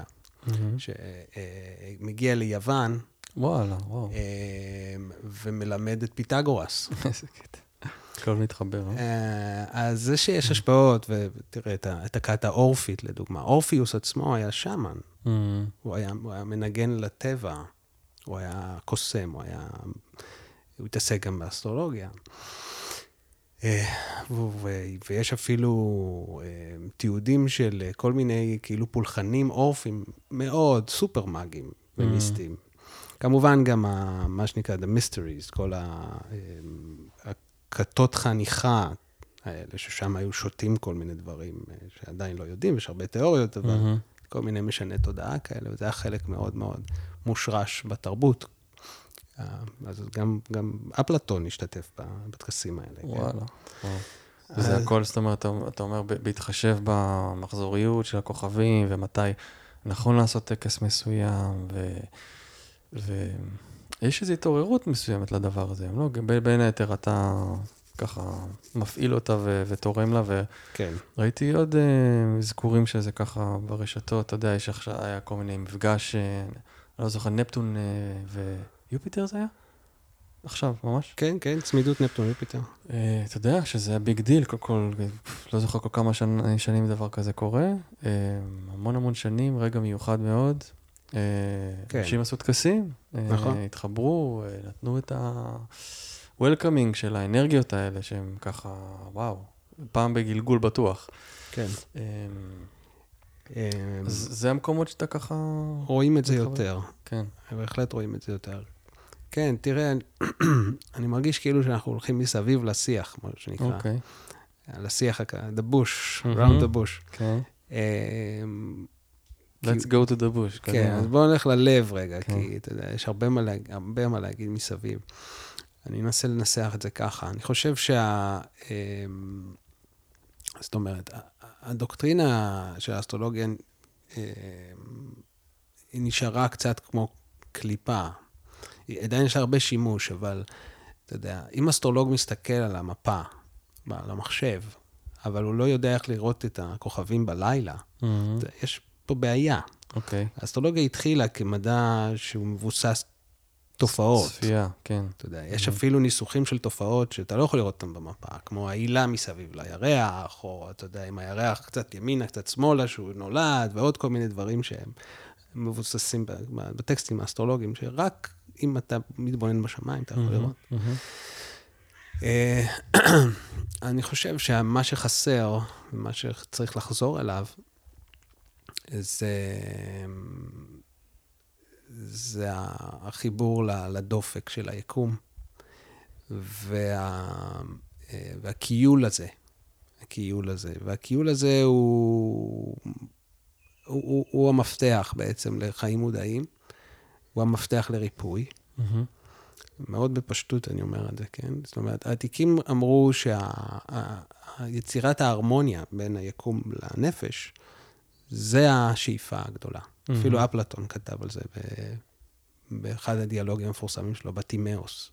שמגיע ליוון, וואלה, וואו. ומלמד את פיתגורס. איזה קטע. הכל מתחבר, אז זה שיש השפעות, ותראה את הכת האורפית לדוגמה, אורפיוס עצמו היה שמן, הוא היה מנגן לטבע, הוא היה קוסם, הוא התעסק גם באסטרולוגיה. ויש אפילו תיעודים של כל מיני כאילו פולחנים אורפים מאוד סופר מאגיים ומיסטיים. כמובן גם מה שנקרא The Mysteries, כל הכתות חניכה האלה, ששם היו שותים כל מיני דברים שעדיין לא יודעים, יש הרבה תיאוריות, אבל כל מיני משני תודעה כאלה, וזה היה חלק מאוד מאוד מושרש בתרבות. אז גם אפלטון השתתף בטקסים האלה. וואלה. וזה הכל, זאת אומרת, אתה אומר, בהתחשב במחזוריות של הכוכבים, ומתי נכון לעשות טקס מסוים, ויש איזו התעוררות מסוימת לדבר הזה, לא? בין היתר אתה ככה מפעיל אותה ותורם לה, כן. וראיתי עוד זכורים שזה ככה ברשתות, אתה יודע, יש עכשיו, היה כל מיני מפגש, אני לא זוכר, נפטון ויופיטר זה היה? עכשיו, ממש? כן, כן, צמידות נפטון יופיטר. אתה יודע שזה היה ביג דיל, לא זוכר כל כמה שנים דבר כזה קורה, המון שנים, רגע מיוחד מאוד, אנשים עשו טקסים, התחברו, נתנו את ה-welcoming של האנרגיות האלה, שהם ככה, וואו, פעם בגלגול בטוח. כן. זה המקומות שאתה ככה... רואים את זה יותר. כן. בהחלט רואים את זה יותר. כן, תראה, אני מרגיש כאילו שאנחנו הולכים מסביב לשיח, מה שנקרא. אוקיי. לשיח, the bush, around the bush. כן. Let's go to the bush. כן, אז בואו נלך ללב רגע, כי אתה יודע, יש הרבה מה להגיד מסביב. אני אנסה לנסח את זה ככה. אני חושב זאת אומרת, הדוקטרינה של האסטרולוגיה היא נשארה קצת כמו קליפה. עדיין יש הרבה שימוש, אבל אתה יודע, אם אסטרולוג מסתכל על המפה, על המחשב, אבל הוא לא יודע איך לראות את הכוכבים בלילה, יש פה בעיה. אוקיי. האסטרולוגיה התחילה כמדע שהוא מבוסס תופעות. צפייה, כן. אתה יודע, יש אפילו ניסוחים של תופעות שאתה לא יכול לראות אותם במפה, כמו העילה מסביב לירח, או אתה יודע, עם הירח קצת ימינה, קצת שמאלה, שהוא נולד, ועוד כל מיני דברים שהם מבוססים בטקסטים האסטרולוגיים, שרק אם אתה מתבונן בשמיים, אתה יכול לראות. אני חושב שמה שחסר, ומה שצריך לחזור אליו, זה החיבור לדופק של היקום, והקיול הזה. והקיול הזה הוא המפתח בעצם לחיים מודעים, הוא המפתח לריפוי. מאוד בפשטות אני אומר את זה, כן? זאת אומרת, העתיקים אמרו שיצירת ההרמוניה בין היקום לנפש, זה השאיפה הגדולה. אפילו אפלטון כתב על זה באחד הדיאלוגים המפורסמים שלו, בתימאוס.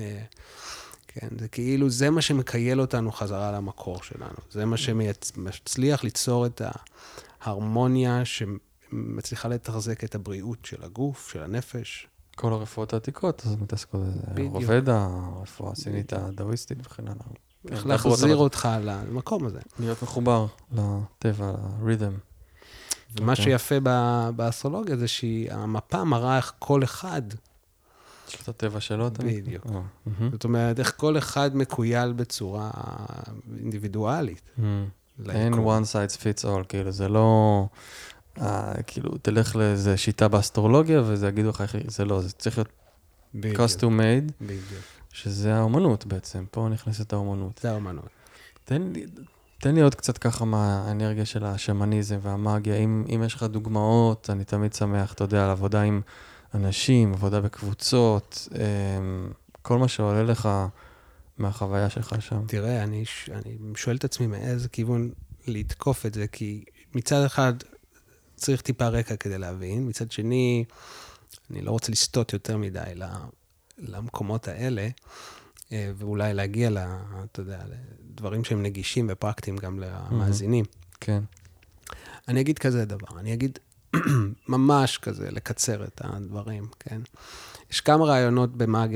כן, זה כאילו, זה מה שמקייל אותנו חזרה למקור שלנו. זה מה שמצליח ליצור את ההרמוניה שמצליחה לתחזק את הבריאות של הגוף, של הנפש. כל הרפואות העתיקות, אז מתעסקות בזה. רובדה, הרפואה הסינית הדאוויסטית וכן הלאה. איך להחזיר אותך למקום הזה. להיות מחובר לטבע, לרית'ם. ומה שיפה באסטרולוגיה זה שהמפה מראה איך כל אחד... יש את הטבע שלו. בדיוק. זאת אומרת, איך כל אחד מקוייל בצורה אינדיבידואלית. אין one size fits all, כאילו, זה לא... כאילו, תלך לאיזו שיטה באסטרולוגיה, וזה יגידו לך, זה לא, זה צריך להיות custom made, שזה האומנות בעצם, פה נכנסת האומנות. זה האומנות. תן לי עוד קצת ככה מהאנרגיה של השמניזם והמאגיה, אם יש לך דוגמאות, אני תמיד שמח, אתה יודע, על עבודה עם אנשים, עבודה בקבוצות, כל מה שעולה לך מהחוויה שלך שם. תראה, אני שואל את עצמי מאיזה כיוון לתקוף את זה, כי מצד אחד צריך טיפה רקע כדי להבין, מצד שני, אני לא רוצה לסטות יותר מדי למקומות האלה, ואולי להגיע אתה יודע, לדברים שהם נגישים ופרקטיים גם למאזינים. כן. אני אגיד כזה דבר, אני אגיד ממש כזה, לקצר את הדברים, כן? יש כמה רעיונות במאגיה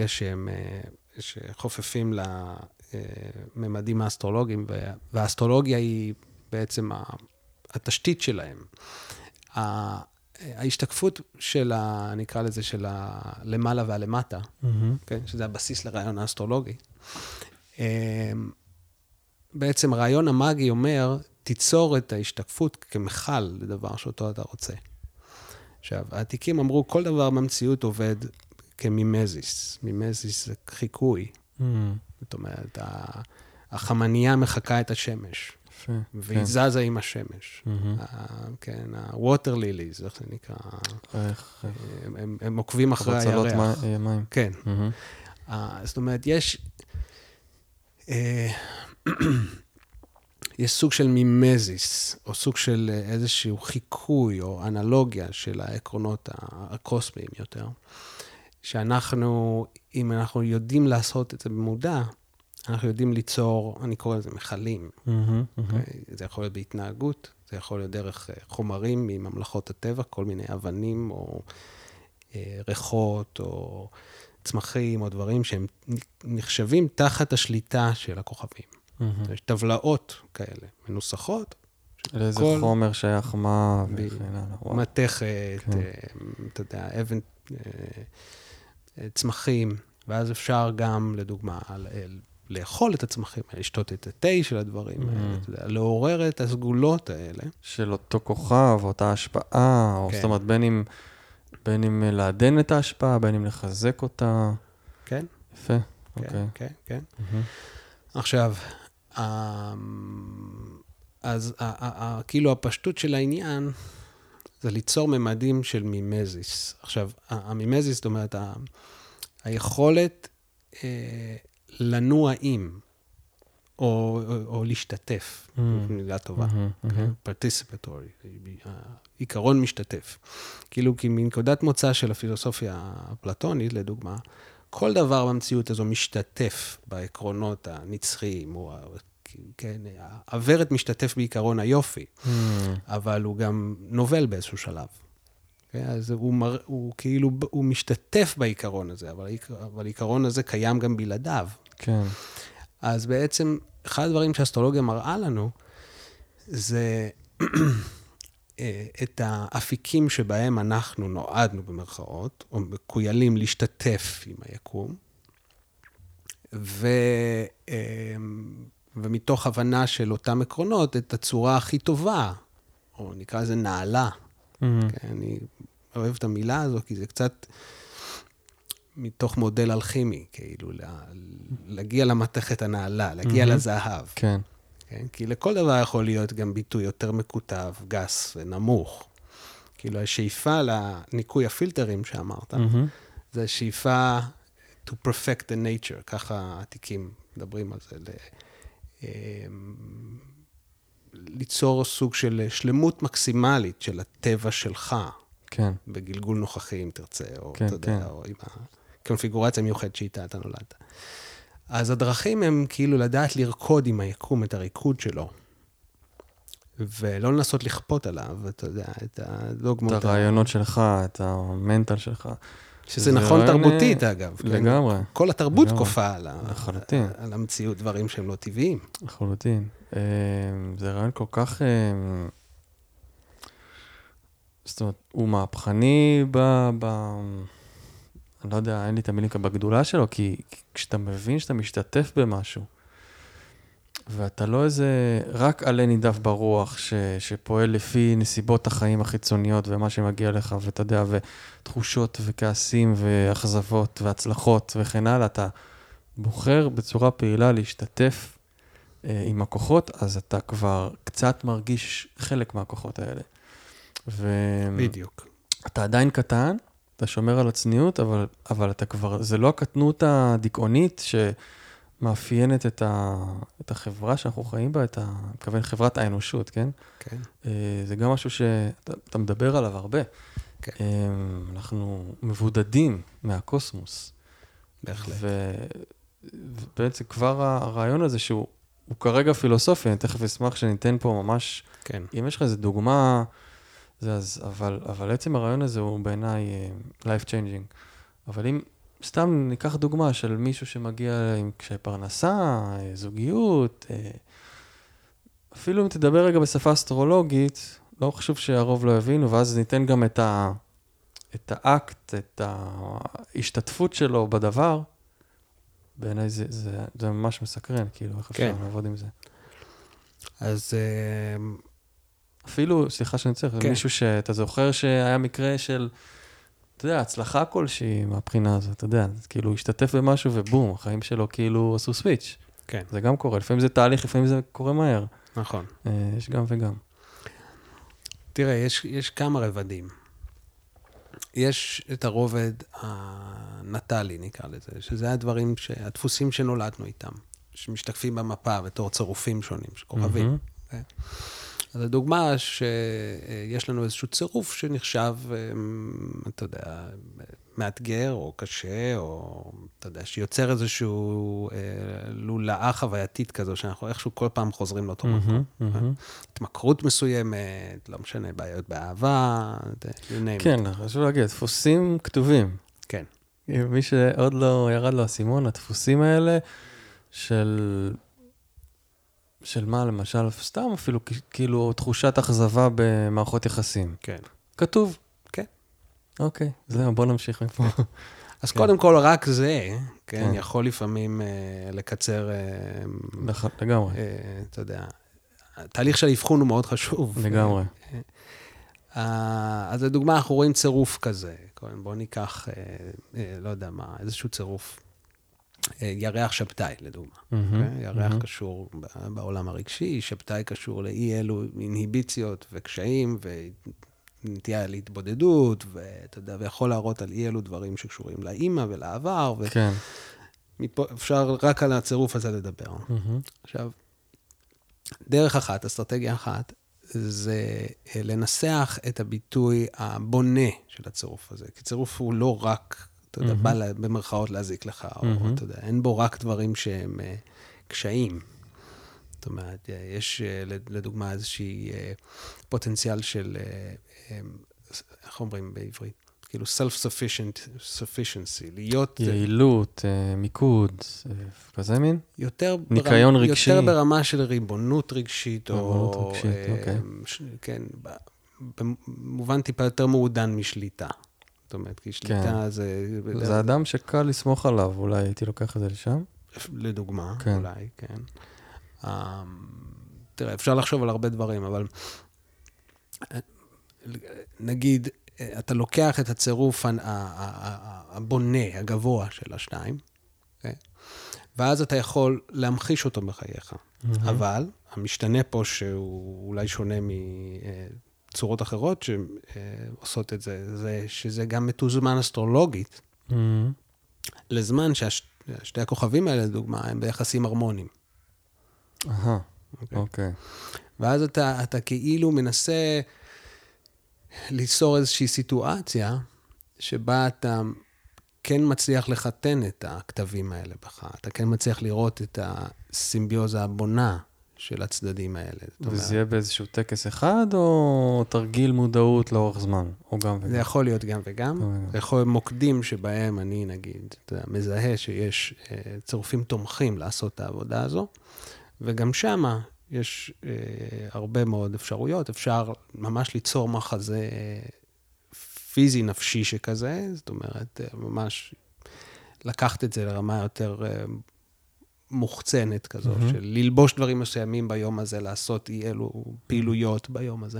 שחופפים לממדים האסטרולוגיים, והאסטרולוגיה היא בעצם התשתית שלהם. ההשתקפות של נקרא לזה, של הלמעלה והלמטה, כן? שזה הבסיס לרעיון האסטרולוגי. בעצם הרעיון המאגי אומר, תיצור את ההשתקפות כמחל לדבר שאותו אתה רוצה. עכשיו, העתיקים אמרו, כל דבר במציאות עובד כמימזיס. מימזיס זה חיקוי. זאת אומרת, החמניה מחכה את השמש. והיא זזה עם השמש. כן, ה-water lilies, איך זה נקרא? הם עוקבים אחרי הירח. חבצלות מים. כן. זאת אומרת, יש סוג של מימזיס, או סוג של איזשהו חיקוי, או אנלוגיה של העקרונות הקוסמיים יותר, שאנחנו, אם אנחנו יודעים לעשות את זה במודע, אנחנו יודעים ליצור, אני קורא לזה מחלים. זה יכול להיות בהתנהגות, זה יכול להיות דרך חומרים מממלכות הטבע, כל מיני אבנים או ריחות או צמחים או דברים שהם נחשבים תחת השליטה של הכוכבים. יש טבלאות כאלה, מנוסחות. לאיזה חומר שייך מה וכן הלאה. מתכת, אתה יודע, אבן, צמחים, ואז אפשר גם, לדוגמה, לאכול את הצמחים, לשתות את התה של הדברים האלה, לעורר את הסגולות האלה. של אותו כוכב, אותה השפעה, או זאת אומרת, בין אם לעדן את ההשפעה, בין אם לחזק אותה. כן. יפה, אוקיי. כן, כן. עכשיו, אז כאילו הפשטות של העניין, זה ליצור ממדים של מימזיס. עכשיו, המימזיס, זאת אומרת, היכולת לנוע עם, או להשתתף, מילה טובה, participatory, עיקרון משתתף. כאילו, כי מנקודת מוצא של הפילוסופיה הפלטונית, לדוגמה, כל דבר במציאות הזו משתתף בעקרונות הנצחיים, או כן, העברת משתתף בעיקרון היופי, אבל הוא גם נובל באיזשהו שלב. אז הוא כאילו, הוא משתתף בעיקרון הזה, אבל העיקרון הזה קיים גם בלעדיו. כן. אז בעצם, אחד הדברים שהאסטרולוגיה מראה לנו, זה את האפיקים שבהם אנחנו נועדנו במרכאות, או מקוילים להשתתף עם היקום, ומתוך הבנה של אותם עקרונות, את הצורה הכי טובה, או נקרא לזה נעלה. אני אוהב את המילה הזו, כי זה קצת מתוך מודל אלכימי, כאילו, להגיע למתכת הנעלה, להגיע לזהב. כן. כי לכל דבר יכול להיות גם ביטוי יותר מקוטב, גס ונמוך. כאילו, השאיפה לניקוי הפילטרים שאמרת, זה השאיפה to perfect the nature, ככה העתיקים מדברים על זה, ליצור סוג של שלמות מקסימלית של הטבע שלך, כן. בגלגול נוכחי, אם תרצה, או כן, אתה יודע, או עם הקונפיגורציה מיוחדת שאיתה אתה נולדת. אז הדרכים הם כאילו לדעת לרקוד עם היקום, את הריקוד שלו, ולא לנסות לכפות עליו, אתה יודע, את הדוגמות. את הרעיונות שלך, את המנטל שלך. שזה נכון תרבותית, אגב. לגמרי. כל התרבות כופה על המציאות דברים שהם לא טבעיים. לחלוטין. זה רעיון כל כך... זאת אומרת, הוא מהפכני אני לא יודע, אין לי את המילים בגדולה שלו, כי כשאתה מבין שאתה משתתף במשהו, ואתה לא איזה רק עלה נידף ברוח שפועל לפי נסיבות החיים החיצוניות ומה שמגיע לך, ואתה יודע, ותחושות וכעסים ואכזבות והצלחות וכן הלאה, אתה בוחר בצורה פעילה להשתתף עם הכוחות, אז אתה כבר קצת מרגיש חלק מהכוחות האלה. בדיוק. אתה עדיין קטן, אתה שומר על הצניעות, אבל אתה כבר, זה לא הקטנות הדיכאונית שמאפיינת את החברה שאנחנו חיים בה, כוון חברת האנושות, כן? כן. זה גם משהו שאתה מדבר עליו הרבה. כן. אנחנו מבודדים מהקוסמוס. בהחלט. ובעצם כבר הרעיון הזה שהוא כרגע פילוסופי, אני תכף אשמח שניתן פה ממש, כן. אם יש לך איזו דוגמה, אבל עצם הרעיון הזה הוא בעיניי life changing. אבל אם סתם ניקח דוגמה של מישהו שמגיע עם קשיי פרנסה, זוגיות, אפילו אם תדבר רגע בשפה אסטרולוגית, לא חשוב שהרוב לא יבינו, ואז ניתן גם את האקט, את ההשתתפות שלו בדבר, בעיניי זה ממש מסקרן, כאילו, איך אפשר לעבוד עם זה. אז... אפילו, סליחה שאני צריך, מישהו שאתה זוכר שהיה מקרה של, אתה יודע, הצלחה כלשהי מהבחינה הזאת, אתה יודע, כאילו, השתתף במשהו ובום, החיים שלו כאילו עשו סוויץ'. כן. זה גם קורה, לפעמים זה תהליך, לפעמים זה קורה מהר. נכון. יש גם וגם. תראה, יש כמה רבדים. יש את הרובד הנטלי, נקרא לזה, שזה הדברים, הדפוסים שנולדנו איתם, שמשתקפים במפה בתור צירופים שונים, שכוכבים. אז הדוגמה שיש לנו איזשהו צירוף שנחשב, אתה יודע, מאתגר או קשה, או אתה יודע, שיוצר איזשהו לולאה חווייתית כזו, שאנחנו איכשהו כל פעם חוזרים לאותו מקום. התמכרות מסוימת, לא משנה, בעיות באהבה, you name it. כן, חשוב להגיד, דפוסים כתובים. כן. מי שעוד לא ירד לו הסימון, הדפוסים האלה של מה, למשל, סתם אפילו, כאילו, תחושת אכזבה במערכות יחסים. כן. כתוב. כן. אוקיי, זהו, בוא נמשיך מפה. אז קודם כל, רק זה, כן, יכול לפעמים לקצר... לגמרי. אתה יודע, התהליך של האבחון הוא מאוד חשוב. לגמרי. אז לדוגמה, אנחנו רואים צירוף כזה. בואו ניקח, לא יודע מה, איזשהו צירוף. ירח שבתאי, לדוגמה. ירח קשור בעולם הרגשי, שבתאי קשור לאי אלו אינהיביציות וקשיים, ונטייה להתבודדות, ואתה יודע, ויכול להראות על אי אלו דברים שקשורים לאמא ולעבר, כן. מפה אפשר רק על הצירוף הזה לדבר. עכשיו, דרך אחת, אסטרטגיה אחת, זה לנסח את הביטוי הבונה של הצירוף הזה. כי צירוף הוא לא רק, אתה יודע, בא במרכאות להזיק לך, או אתה יודע, אין בו רק דברים שהם קשיים. זאת אומרת, יש לדוגמה איזושהי פוטנציאל של, איך אומרים בעברית? כאילו self-sufficiency, להיות... יעילות, מיקוד, כזה מין? ניקיון רגשי. יותר ברמה של ריבונות רגשית, ריבונות רגשית, אוקיי. כן, במובן טיפה יותר מעודן משליטה. זאת אומרת, כי שליטה זה... זה אדם שקל לסמוך עליו, אולי הייתי לוקח את זה לשם? לדוגמה, אולי, כן. תראה, אפשר לחשוב על הרבה דברים, אבל נגיד, אתה לוקח את הצירוף הבונה, הגבוה של השניים, ואז אתה יכול להמחיש אותו בחייך. אבל המשתנה פה שהוא אולי שונה מצורות אחרות שעושות את זה, זה שזה גם מתוזמן אסטרולוגית, לזמן ששתי הכוכבים האלה, לדוגמה, הם ביחסים הרמוניים. אוקיי. ואז אתה כאילו מנסה ליצור איזושהי סיטואציה שבה אתה כן מצליח לחתן את הכתבים האלה בך. אתה כן מצליח לראות את הסימביוזה הבונה של הצדדים האלה. וזה יהיה באיזשהו טקס אחד, או תרגיל מודעות לאורך זמן? או גם וגם? זה יכול להיות גם וגם. זה יכול להיות מוקדים שבהם אני, נגיד, מזהה שיש צירופים תומכים לעשות את העבודה הזו, וגם שמה יש הרבה מאוד אפשרויות. אפשר ממש ליצור מחזה פיזי נפשי שכזה, זאת אומרת, ממש לקחת את זה לרמה יותר מוחצנת כזו, של ללבוש דברים מסוימים ביום הזה, לעשות אי אלו פעילויות ביום הזה,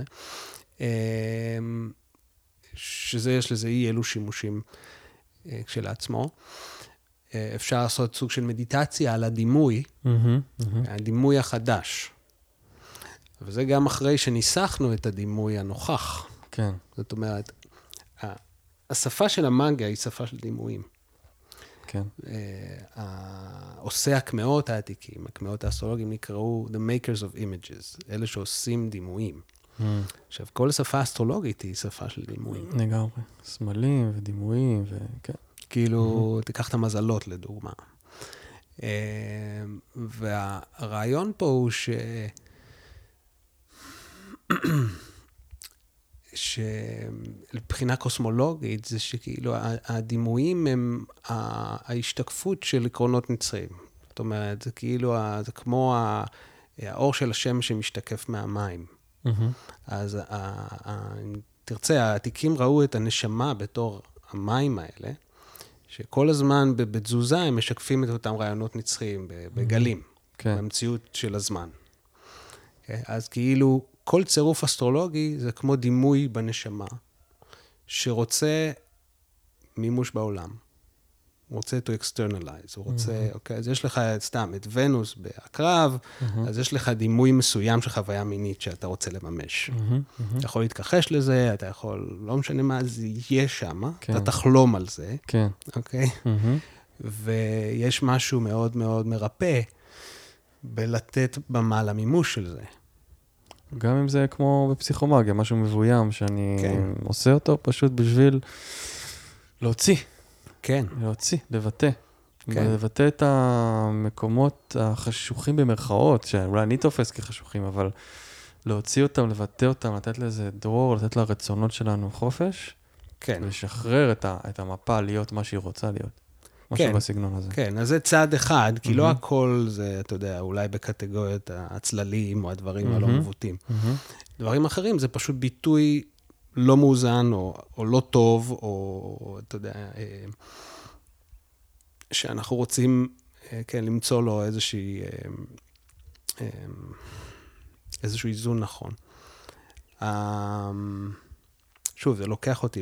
שזה יש לזה אי אלו שימושים כשלעצמו. אפשר לעשות סוג של מדיטציה על הדימוי, הדימוי החדש. וזה גם אחרי שניסחנו את הדימוי הנוכח. כן. זאת אומרת, השפה של המאגיה היא שפה של דימויים. כן. עושי הקמאות העתיקים, הקמאות האסטרולוגיים נקראו The Makers of Images, אלה שעושים דימויים. עכשיו, כל שפה אסטרולוגית היא שפה של דימויים. לגמרי. סמלים ודימויים וכן. כאילו, תיקח את המזלות לדוגמה. והרעיון פה הוא שלבחינה קוסמולוגית זה שכאילו הדימויים הם ההשתקפות של עקרונות נצחיים. זאת אומרת, זה כאילו, זה כמו האור של השמש שמשתקף מהמים. אז תרצה, העתיקים ראו את הנשמה בתור המים האלה, שכל הזמן בתזוזה הם משקפים את אותם רעיונות נצחיים, בגלים, במציאות של הזמן. אז כאילו, כל צירוף אסטרולוגי זה כמו דימוי בנשמה, שרוצה מימוש בעולם. הוא רוצה to externalize, הוא רוצה, אוקיי, אז יש לך סתם את ונוס בעקרב, אז יש לך דימוי מסוים של חוויה מינית שאתה רוצה לממש. אתה יכול להתכחש לזה, אתה יכול, לא משנה מה, זה יהיה שם, אתה תחלום על זה, אוקיי? ויש משהו מאוד מאוד מרפא בלתת במה למימוש של זה. גם אם זה כמו בפסיכומגיה, משהו מבוים שאני עושה אותו פשוט בשביל להוציא. כן. להוציא, לבטא. כן. לבטא את המקומות החשוכים במרכאות, שאולי אני תופס כחשוכים, אבל להוציא אותם, לבטא אותם, לתת לזה דרור, לתת לרצונות שלנו חופש, כן. ולשחרר את המפה להיות מה שהיא רוצה להיות. משהו בסגנון הזה. כן, אז זה צעד אחד, כי לא הכל זה, אתה יודע, אולי בקטגוריות הצללים או הדברים הלא מבוטים. דברים אחרים זה פשוט ביטוי לא מאוזן או לא טוב, או אתה יודע, שאנחנו רוצים, כן, למצוא לו איזשהו איזון נכון. שוב, זה לוקח אותי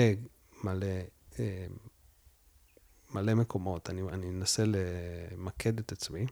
מלא מקומות, אני אנסה למקד את עצמי.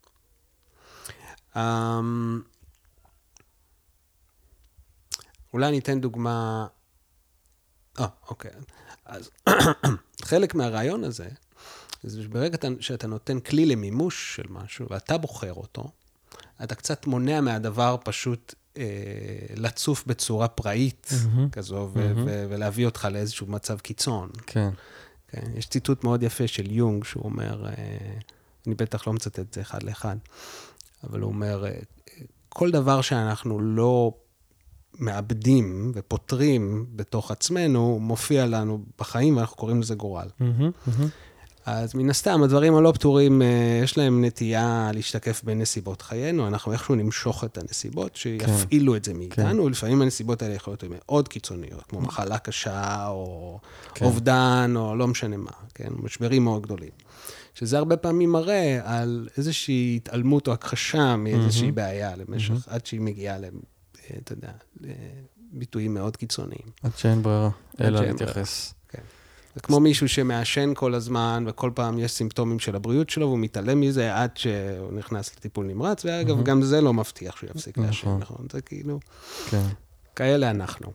אולי אני אתן דוגמה, אוקיי. אז חלק מהרעיון הזה, זה ברגע שאתה נותן כלי למימוש של משהו, ואתה בוחר אותו, אתה קצת מונע מהדבר פשוט לצוף בצורה פראית כזו, ולהביא אותך לאיזשהו מצב קיצון. כן. כן, יש ציטוט מאוד יפה של יונג, שהוא אומר, אני בטח לא מצטט את זה אחד לאחד, אבל הוא אומר, כל דבר שאנחנו לא מאבדים ופותרים בתוך עצמנו, מופיע לנו בחיים, ואנחנו קוראים לזה גורל. אז מן הסתם, הדברים הלא פתורים, יש להם נטייה להשתקף בנסיבות חיינו, אנחנו איכשהו נמשוך את הנסיבות, שיפעילו את זה מאיתנו, ולפעמים הנסיבות האלה יכולות להיות מאוד קיצוניות, כמו מחלה קשה, או אובדן, או לא משנה מה, כן? משברים מאוד גדולים. שזה הרבה פעמים מראה על איזושהי התעלמות או הכחשה מאיזושהי בעיה למשך, עד שהיא מגיעה אתה יודע, לביטויים מאוד קיצוניים. עד שאין ברירה, אלא להתייחס. כן. זה כמו מישהו שמעשן כל הזמן, וכל פעם יש סימפטומים של הבריאות שלו, והוא מתעלם מזה עד שהוא נכנס לטיפול נמרץ, ואגב, גם זה לא מבטיח שהוא יפסיק לעשן, נכון? זה כאילו, כאלה אנחנו.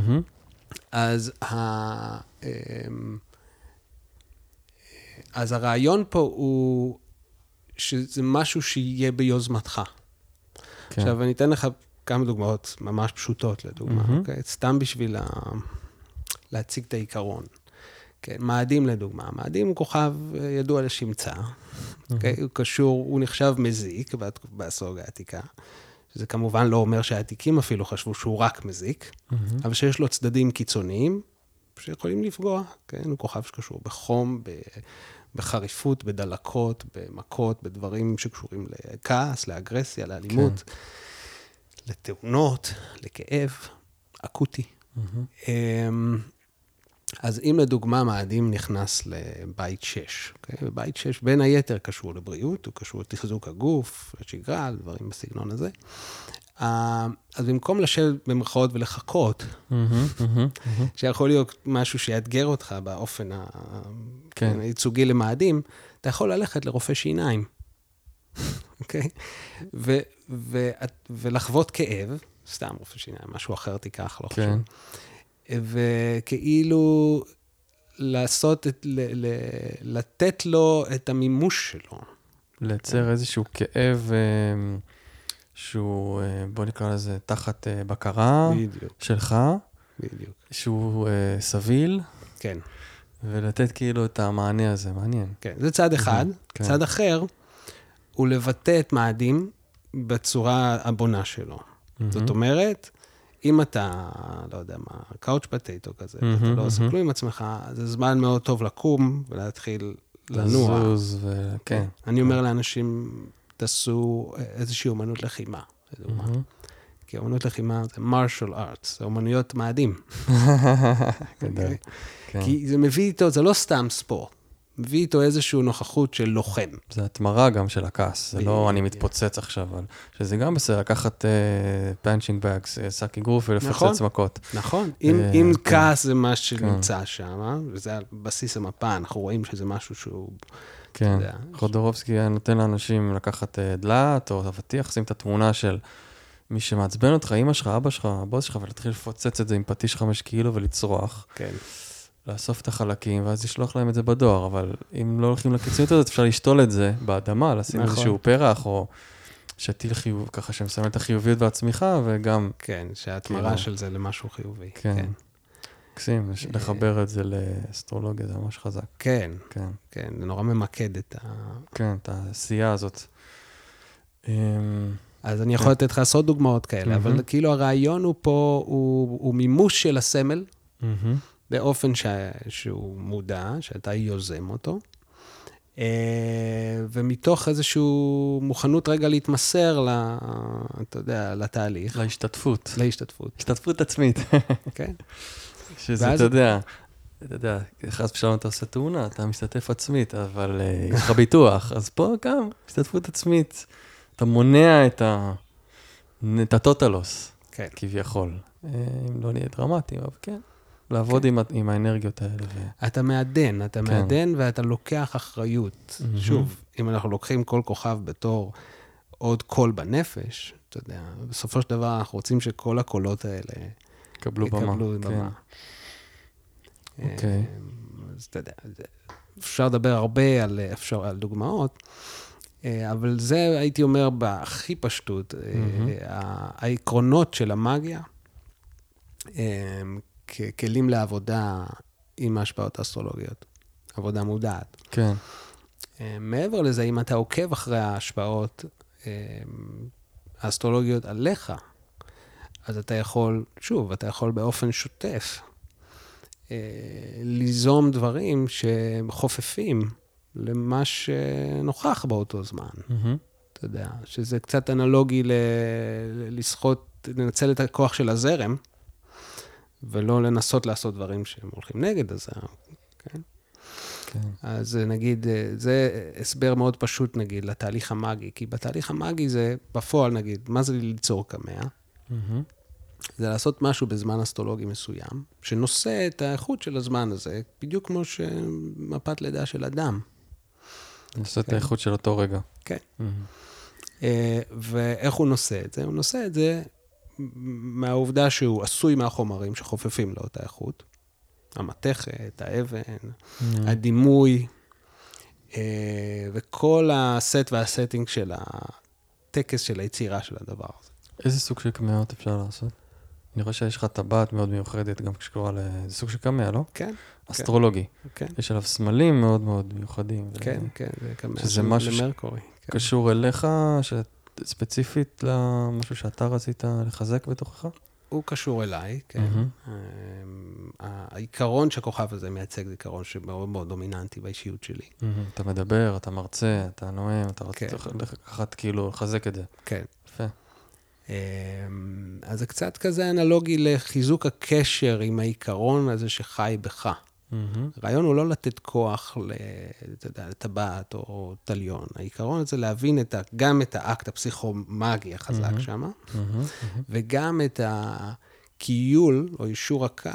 אז הרעיון פה הוא שזה משהו שיהיה ביוזמתך. עכשיו, אני אתן לך כמה דוגמאות ממש פשוטות, לדוגמה, אוקיי? סתם בשביל להציג את העיקרון. כן, מאדים לדוגמה. מאדים הוא כוכב ידוע לשמצה. אוקיי? הוא קשור, הוא נחשב מזיק בעשור העתיקה. שזה כמובן לא אומר שהעתיקים אפילו חשבו שהוא רק מזיק, אבל שיש לו צדדים קיצוניים שיכולים לפגוע. כן, הוא כוכב שקשור בחום, בחריפות, בדלקות, במכות, בדברים שקשורים לכעס, לאגרסיה, לאלימות, לתאונות, לכאב, אקוטי. אז אם לדוגמה מאדים נכנס לבית 6, ובית 6 בין היתר קשור לבריאות, הוא קשור לתחזוק הגוף, לשגרה, דברים בסגנון הזה, אז במקום לשבת במרכאות ולחכות, שיכול להיות משהו שיאתגר אותך באופן הייצוגי למאדים, אתה יכול ללכת לרופא שיניים, אוקיי? ולחוות כאב, סתם רופא שיניים, משהו אחר תיקח, לא חשוב. וכאילו לעשות לתת לו את המימוש שלו. לייצר איזשהו כאב שהוא, בוא נקרא לזה, תחת בקרה שלך. בדיוק. שהוא סביל. כן. ולתת כאילו את המענה הזה, מעניין. כן, זה צד אחד. צד אחר הוא לבטא את מאדים בצורה הבונה שלו. זאת אומרת, אם אתה, לא יודע מה, קאוץ' פטטו כזה, אתה לא עושה כלום עם עצמך, זה זמן מאוד טוב לקום ולהתחיל לנוע. לזוז וכן. אני אומר לאנשים, תעשו איזושהי אומנות לחימה, לדוגמה. כי אומנות לחימה זה martial arts, זה אומנויות מאדים. כי זה מביא איתו, זה לא סתם ספורט. מביא איתו איזושהי נוכחות של לוחם. זה התמרה גם של הכעס, זה לא אני מתפוצץ עכשיו, שזה גם בסדר, לקחת פאנצ'ינג בגס, שק אגרוף ולפוצץ מכות. נכון, אם כעס זה מה שנמצא שם, וזה על בסיס המפה, אנחנו רואים שזה משהו שהוא... כן, חודורובסקי נותן לאנשים לקחת דלת או אבטיח, שים את התמונה של מי שמעצבן אותך, אמא שלך, אבא שלך, הבוס שלך, ולהתחיל לפוצץ את זה עם פטיש 5 קילו ולצרוח. כן. לאסוף את החלקים, ואז לשלוח להם את זה בדואר, אבל אם לא הולכים לקיצוניות הזאת, אפשר לשתול את זה באדמה, לשים איזשהו פרח, או שתיל חיוב, ככה שמסמל את החיוביות והצמיחה, וגם... כן, שהתמרה של זה למשהו חיובי. כן. מקסים, לחבר את זה לאסטרולוגיה, זה ממש חזק. כן, כן. כן, זה נורא ממקד את כן, את העשייה הזאת. אז אני יכול לתת לך עשרות דוגמאות כאלה, אבל כאילו הרעיון הוא פה, הוא מימוש של הסמל, באופן שהוא מודע, שאתה יוזם אותו, ומתוך איזושהי מוכנות רגע להתמסר, אתה יודע, לתהליך. להשתתפות. להשתתפות. השתתפות עצמית. כן. שזה, אתה יודע, חס ושלום אתה עושה תאונה, אתה משתתף עצמית, אבל יש לך ביטוח, אז פה גם השתתפות עצמית. אתה מונע את הטוטלוס, כן. כביכול. אם לא נהיה דרמטיים, אבל כן. לעבוד עם האנרגיות האלה. אתה מעדן ואתה לוקח אחריות. שוב, אם אנחנו לוקחים כל כוכב בתור עוד קול בנפש, אתה יודע, בסופו של דבר אנחנו רוצים שכל הקולות האלה יקבלו במה. אוקיי. אז אתה יודע, אפשר לדבר הרבה על דוגמאות, אבל זה הייתי אומר בהכי פשטות, העקרונות של המאגיה, ככלים לעבודה עם ההשפעות האסטרולוגיות, עבודה מודעת. כן. מעבר לזה, אם אתה עוקב אחרי ההשפעות האסטרולוגיות עליך, אז אתה יכול באופן שוטף ליזום דברים שחופפים למה שנוכח באותו זמן. אתה יודע, שזה קצת אנלוגי לנצל את הכוח של הזרם, ולא לנסות לעשות דברים שהם הולכים נגד הזרם. כן? כן. אז נגיד, זה הסבר מאוד פשוט, נגיד, לתהליך המאגי, כי בתהליך המאגי זה, בפועל, נגיד, מה זה ליצור קמע? זה לעשות משהו בזמן אסטרולוגי מסוים, שנושא את האיכות של הזמן הזה, בדיוק כמו שמפת לידה של אדם. נושא את האיכות של אותו רגע. כן. ואיך הוא נושא את זה? הוא נושא את זה מהעובדה שהוא עשוי מהחומרים שחופפים לו את האיכות, המתכת, האבן, הדימוי, וכל הסט והסטינג של הטקס של היצירה של הדבר הזה. איזה סוג של קמעות אפשר לעשות? אני חושב שיש לך טבעת מאוד מיוחדת, גם כשקורא לזה סוג של קמע, לא? כן. אסטרולוגי. כן. יש עליו סמלים מאוד מאוד מיוחדים. כן, כן, זה קמע שזה משהו למרקורי. שקשור אליך, ספציפית למשהו שאתה רצית לחזק בתוכך? הוא קשור אליי, כן. העיקרון שהכוכב הזה מייצג זה עיקרון שמאוד מאוד דומיננטי באישיות שלי. אתה מדבר, אתה מרצה, אתה נואם, אתה רוצה לקחת כאילו לחזק את זה. כן. יפה. אז זה קצת כזה אנלוגי לחיזוק הקשר עם העיקרון הזה שחי בך. הרעיון הוא לא לתת כוח לטבעת או טליון. העיקרון זה להבין גם את האקט הפסיכומגי החזק שם, וגם את הכיול או אישור הקו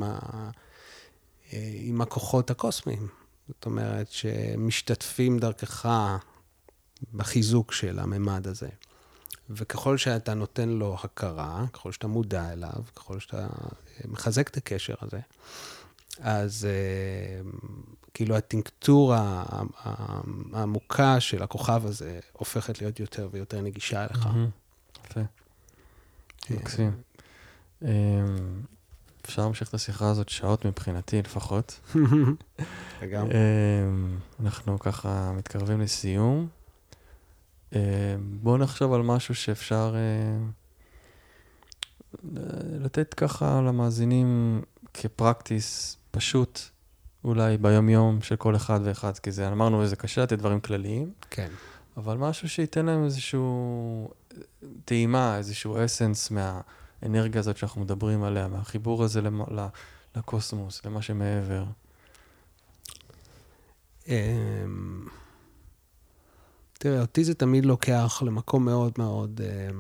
עם הכוחות הקוסמיים. זאת אומרת שמשתתפים דרכך בחיזוק של הממד הזה. וככל שאתה נותן לו הכרה, ככל שאתה מודע אליו, ככל שאתה מחזק את הקשר הזה, אז כאילו הטינקטורה העמוקה של הכוכב הזה הופכת להיות יותר ויותר נגישה אליך. יפה. מקסים. אפשר להמשיך את השיחה הזאת שעות מבחינתי לפחות. וגם. אנחנו ככה מתקרבים לסיום. בואו נחשוב על משהו שאפשר לתת ככה למאזינים כפרקטיס פשוט, אולי ביום-יום של כל אחד ואחד, כי זה, אמרנו, זה קשה לתת דברים כלליים, כן. אבל משהו שייתן להם איזשהו טעימה, איזשהו אסנס מהאנרגיה הזאת שאנחנו מדברים עליה, מהחיבור הזה לקוסמוס, למה שמעבר. תראה, אותי זה תמיד לוקח למקום מאוד מאוד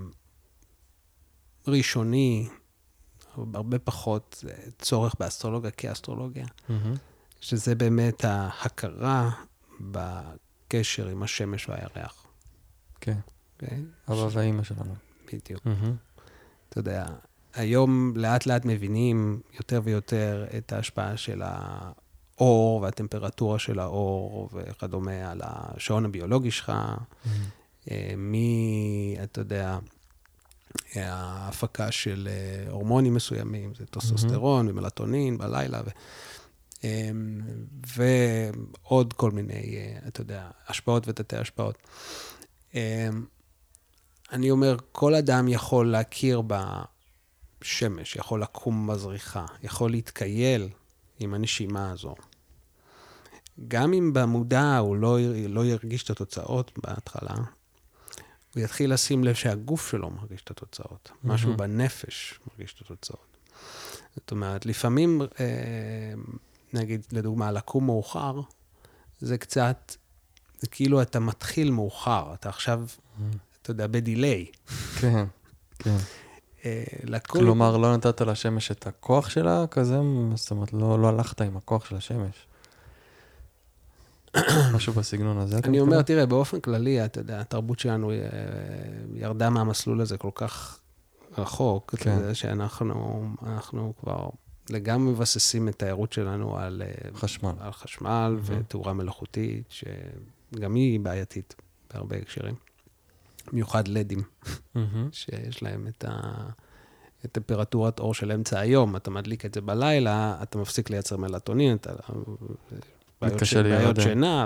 ראשוני, הרבה פחות צורך באסטרולוגיה כאסטרולוגיה, שזה באמת ההכרה בקשר עם השמש והירח. כן. אבא והאמא שלנו. בדיוק. אתה יודע, היום לאט לאט מבינים יותר ויותר את ההשפעה של האור והטמפרטורה של האור וכדומה על השעון הביולוגי שלך, אתה יודע, ההפקה של הורמונים מסוימים, זה טוסטוסטרון ומלטונין בלילה, ועוד כל מיני, אתה יודע, השפעות ותתי השפעות. אני אומר, כל אדם יכול להכיר בשמש, יכול לקום בזריחה, יכול להתקייל עם הנשימה הזו. גם אם במודע הוא לא ירגיש את התוצאות בהתחלה, הוא יתחיל לשים לב שהגוף שלו מרגיש את התוצאות. משהו בנפש מרגיש את התוצאות. זאת אומרת, לפעמים, נגיד, לדוגמה, לקום מאוחר, זה קצת, זה כאילו אתה מתחיל מאוחר, אתה עכשיו, אתה יודע, בדיליי. כן, כן. כלומר, לא נתת לשמש את הכוח שלה, כזה, זאת אומרת, לא הלכת עם הכוח של השמש. משהו בסגנון הזה. אני אומר, תראה, באופן כללי, אתה יודע, התרבות שלנו ירדה מהמסלול הזה כל כך רחוק, שאנחנו כבר לגמרי מבססים את התיירות שלנו על חשמל ותאורה מלאכותית, שגם היא בעייתית בהרבה הקשרים. במיוחד לדים, שיש להם את הטמפרטורת אור של אמצע היום, אתה מדליק את זה בלילה, אתה מפסיק לייצר מלטונין, בעיות שינה.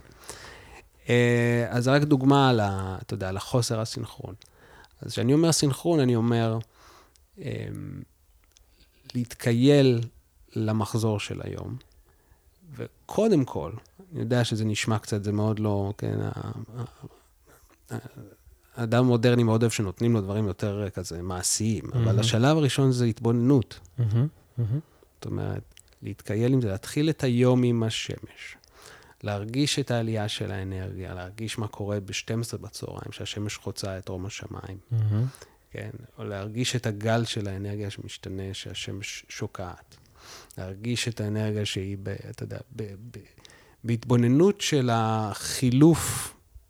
אז זה רק דוגמה אתה יודע, לחוסר הסינכרון. אז כשאני אומר סינכרון, אני אומר להתקייל למחזור של היום, וקודם כל, אני יודע שזה נשמע קצת, זה מאוד לא, כן, האדם מודרני מאוד אוהב שנותנים לו דברים יותר כזה מעשיים, אבל השלב הראשון זה התבוננות. זאת אומרת, להתקייל עם זה, להתחיל את היום עם השמש, להרגיש את העלייה של האנרגיה, להרגיש מה קורה ב-12 בצהריים, שהשמש חוצה את רום השמיים, כן? או להרגיש את הגל של האנרגיה שמשתנה, שהשמש שוקעת. להרגיש את האנרגיה שהיא, אתה יודע, בהתבוננות של החילוף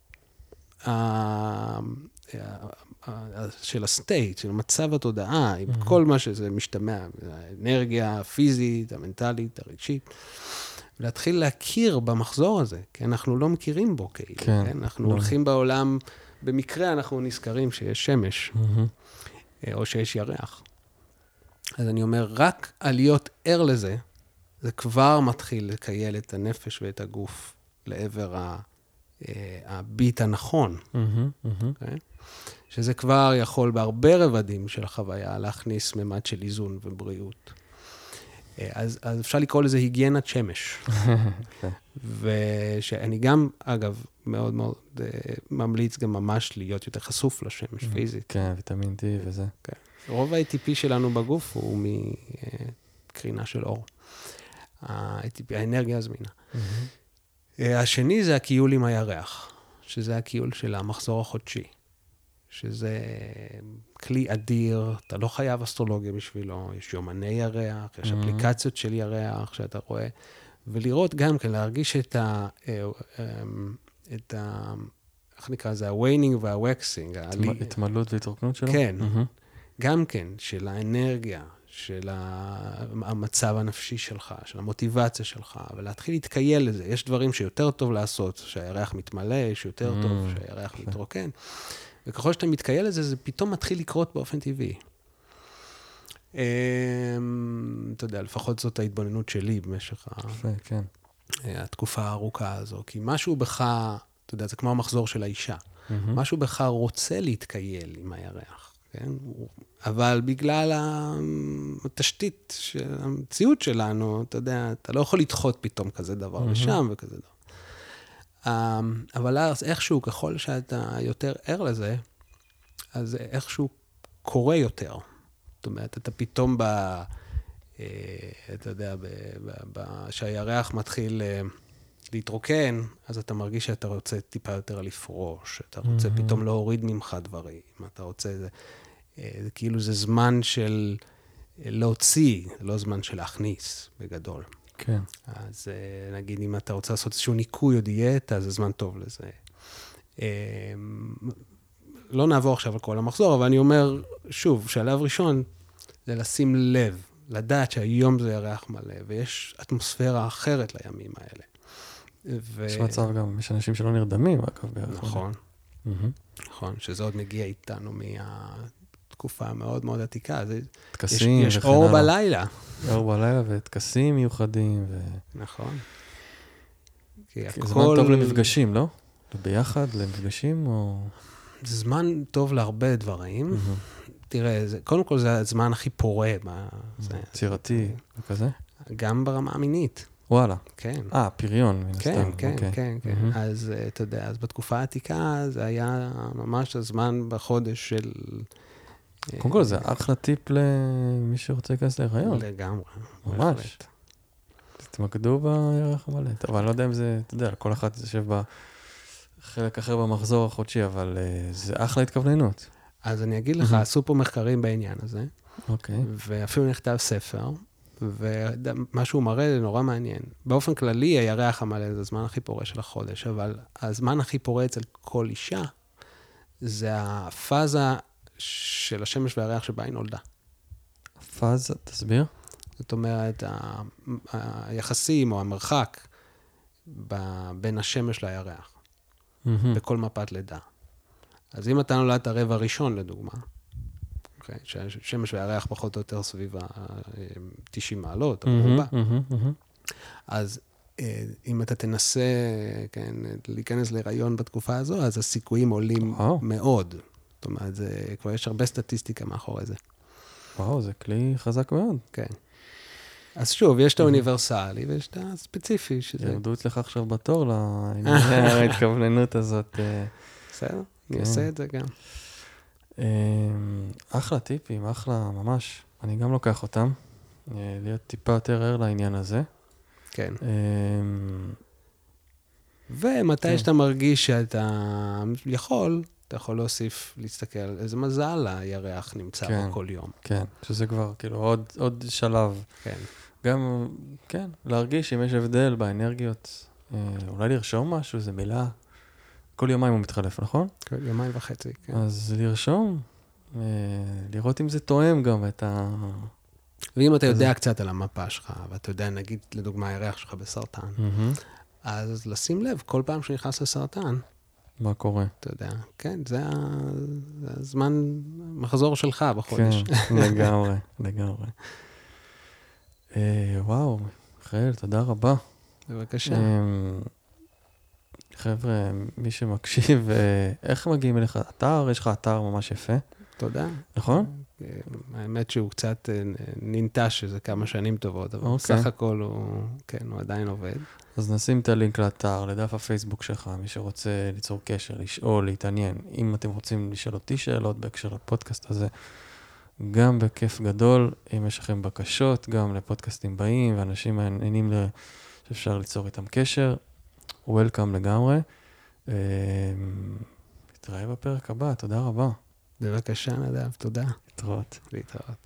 של הסטייט, של מצב התודעה, עם כל מה שזה משתמע, האנרגיה הפיזית, המנטלית, הרגשית, ולהתחיל להכיר במחזור הזה, כי אנחנו לא מכירים בו כאילו, כן? אנחנו הולכים בעולם, במקרה אנחנו נזכרים שיש שמש, או שיש ירח. אז אני אומר, רק על להיות ער לזה, זה כבר מתחיל לקייל את הנפש ואת הגוף לעבר הביט הנכון. שזה כבר יכול בהרבה רבדים של החוויה להכניס ממד של איזון ובריאות. אז אפשר לקרוא לזה היגיינת שמש. ושאני גם, אגב, מאוד מאוד ממליץ גם ממש להיות יותר חשוף לשמש פיזית. כן, ויטמין D וזה. רוב ה-ATP שלנו בגוף הוא מקרינה של אור. האנרגיה הזמינה. השני זה הקיול עם הירח, שזה הקיול של המחזור החודשי. שזה כלי אדיר, אתה לא חייב אסטרולוגיה בשבילו, יש יומני ירח, יש אפליקציות של ירח שאתה רואה, ולראות גם כן, להרגיש את איך נקרא זה, הוויינינג והווקסינג. התמלאות והתרוקנות שלו? כן, גם כן, של האנרגיה, של המצב הנפשי שלך, של המוטיבציה שלך, ולהתחיל להתקייל לזה. יש דברים שיותר טוב לעשות, שהירח מתמלא, שיותר טוב, שהירח מתרוקן. וככל שאתה מתקייל לזה, זה פתאום מתחיל לקרות באופן טבעי. אתה יודע, לפחות זאת ההתבוננות שלי במשך התקופה הארוכה הזו. כי משהו בך, אתה יודע, זה כמו המחזור של האישה. משהו בך רוצה להתקייל עם הירח. כן? אבל בגלל התשתית של המציאות שלנו, אתה יודע, אתה לא יכול לדחות פתאום כזה דבר לשם וכזה דבר. אבל אז איכשהו, ככל שאתה יותר ער לזה, אז איכשהו קורה יותר. זאת אומרת, אתה פתאום אתה יודע, שהירח מתחיל להתרוקן, אז אתה מרגיש שאתה רוצה טיפה יותר לפרוש, אתה רוצה פתאום להוריד ממך דברים, אתה רוצה, זה כאילו זה זמן של להוציא, לא זמן של להכניס בגדול. כן. אז נגיד, אם אתה רוצה לעשות איזשהו ניקוי או דיאטה, זה זמן טוב לזה. לא נעבור עכשיו על כל המחזור, אבל אני אומר, שוב, שלב ראשון, זה לשים לב, לדעת שהיום זה ירח מלא, ויש אטמוספירה אחרת לימים האלה. יש מצב גם, יש אנשים שלא נרדמים, אגב, נכון. נכון, שזה עוד מגיע איתנו תקופה מאוד מאוד עתיקה. תקסים יש אור בלילה. אור בלילה ותקסים מיוחדים. נכון. זה זמן טוב למפגשים, לא? ביחד, למפגשים או... זה זמן טוב להרבה דברים. תראה, קודם כל זה הזמן הכי פורה. צירתי וכזה? גם ברמה המינית. וואלה. כן. פריון, מן הסתם. כן, כן, כן. אז אתה יודע, אז בתקופה העתיקה זה היה ממש הזמן בחודש של... קודם כל זה אחלה טיפ למי שרוצה להיכנס להיריון. לגמרי. ממש. תתמקדו בירח המלא. אבל אני לא יודע אם זה, אתה יודע, כל אחד יושב בחלק אחר במחזור החודשי, אבל זה אחלה התכווננות. אז אני אגיד לך, עשו פה מחקרים בעניין הזה. אוקיי. ואפילו נכתב ספר, ומה שהוא מראה זה נורא מעניין. באופן כללי, הירח המלא זה הזמן הכי פורה של החודש, אבל הזמן הכי פורה אצל כל אישה, זה הפאזה של השמש והירח שבה היא נולדה. פאזה, תסביר? זאת אומרת, היחסים או המרחק בין השמש לירח, בכל מפת לידה. אז אם אתה נולדת הרבע הראשון, לדוגמה, שהשמש והירח פחות או יותר סביב ה-90 מעלות, אז אם אתה תנסה להיכנס להיריון בתקופה הזו, אז הסיכויים עולים מאוד. זאת אומרת, כבר יש הרבה סטטיסטיקה מאחורי זה. וואו, זה כלי חזק מאוד. כן. אז שוב, יש את האוניברסלי ויש את הספציפי. ירדו אצלך עכשיו בתור להתכווננות הזאת. בסדר, אני אעשה את זה גם. אחלה טיפים, אחלה, ממש. אני גם לוקח אותם. להיות טיפה יותר ער לעניין הזה. כן. ומתי שאתה מרגיש שאתה יכול, אתה יכול להוסיף, להסתכל על איזה מזל הירח נמצא בו כל יום. כן, שזה כבר כאילו עוד שלב. כן. גם, כן, להרגיש אם יש הבדל באנרגיות. אולי לרשום משהו, זה מילה. כל יומיים הוא מתחלף, נכון? כל יומיים וחצי, כן. אז לרשום, לראות אם זה תואם גם את ה... ואם אתה יודע קצת על המפה שלך, ואתה יודע, נגיד, לדוגמה, הירח שלך בסרטן, אז לשים לב, כל פעם שנכנס לסרטן, מה קורה? אתה יודע, כן, זה הזמן מחזור שלך בחודש. כן, לגמרי, לגמרי. וואו, מיכאל, תודה רבה. בבקשה. חבר'ה, מי שמקשיב, איך מגיעים אליך? אתר, יש לך אתר ממש יפה. תודה. נכון? האמת שהוא קצת ננטש, שזה כמה שנים טובות, אבל בסך הכל הוא עדיין עובד. אז נשים את הלינק לאתר, לדף הפייסבוק שלך, מי שרוצה ליצור קשר, לשאול, להתעניין. אם אתם רוצים לשאול אותי שאלות בהקשר לפודקאסט הזה, גם בכיף גדול, אם יש לכם בקשות, גם לפודקאסטים באים, ואנשים מעניינים שאפשר ליצור איתם קשר, וולקאם לגמרי. נתראה בפרק הבא, תודה רבה. בבקשה נדב, תודה. להתראות. להתראות.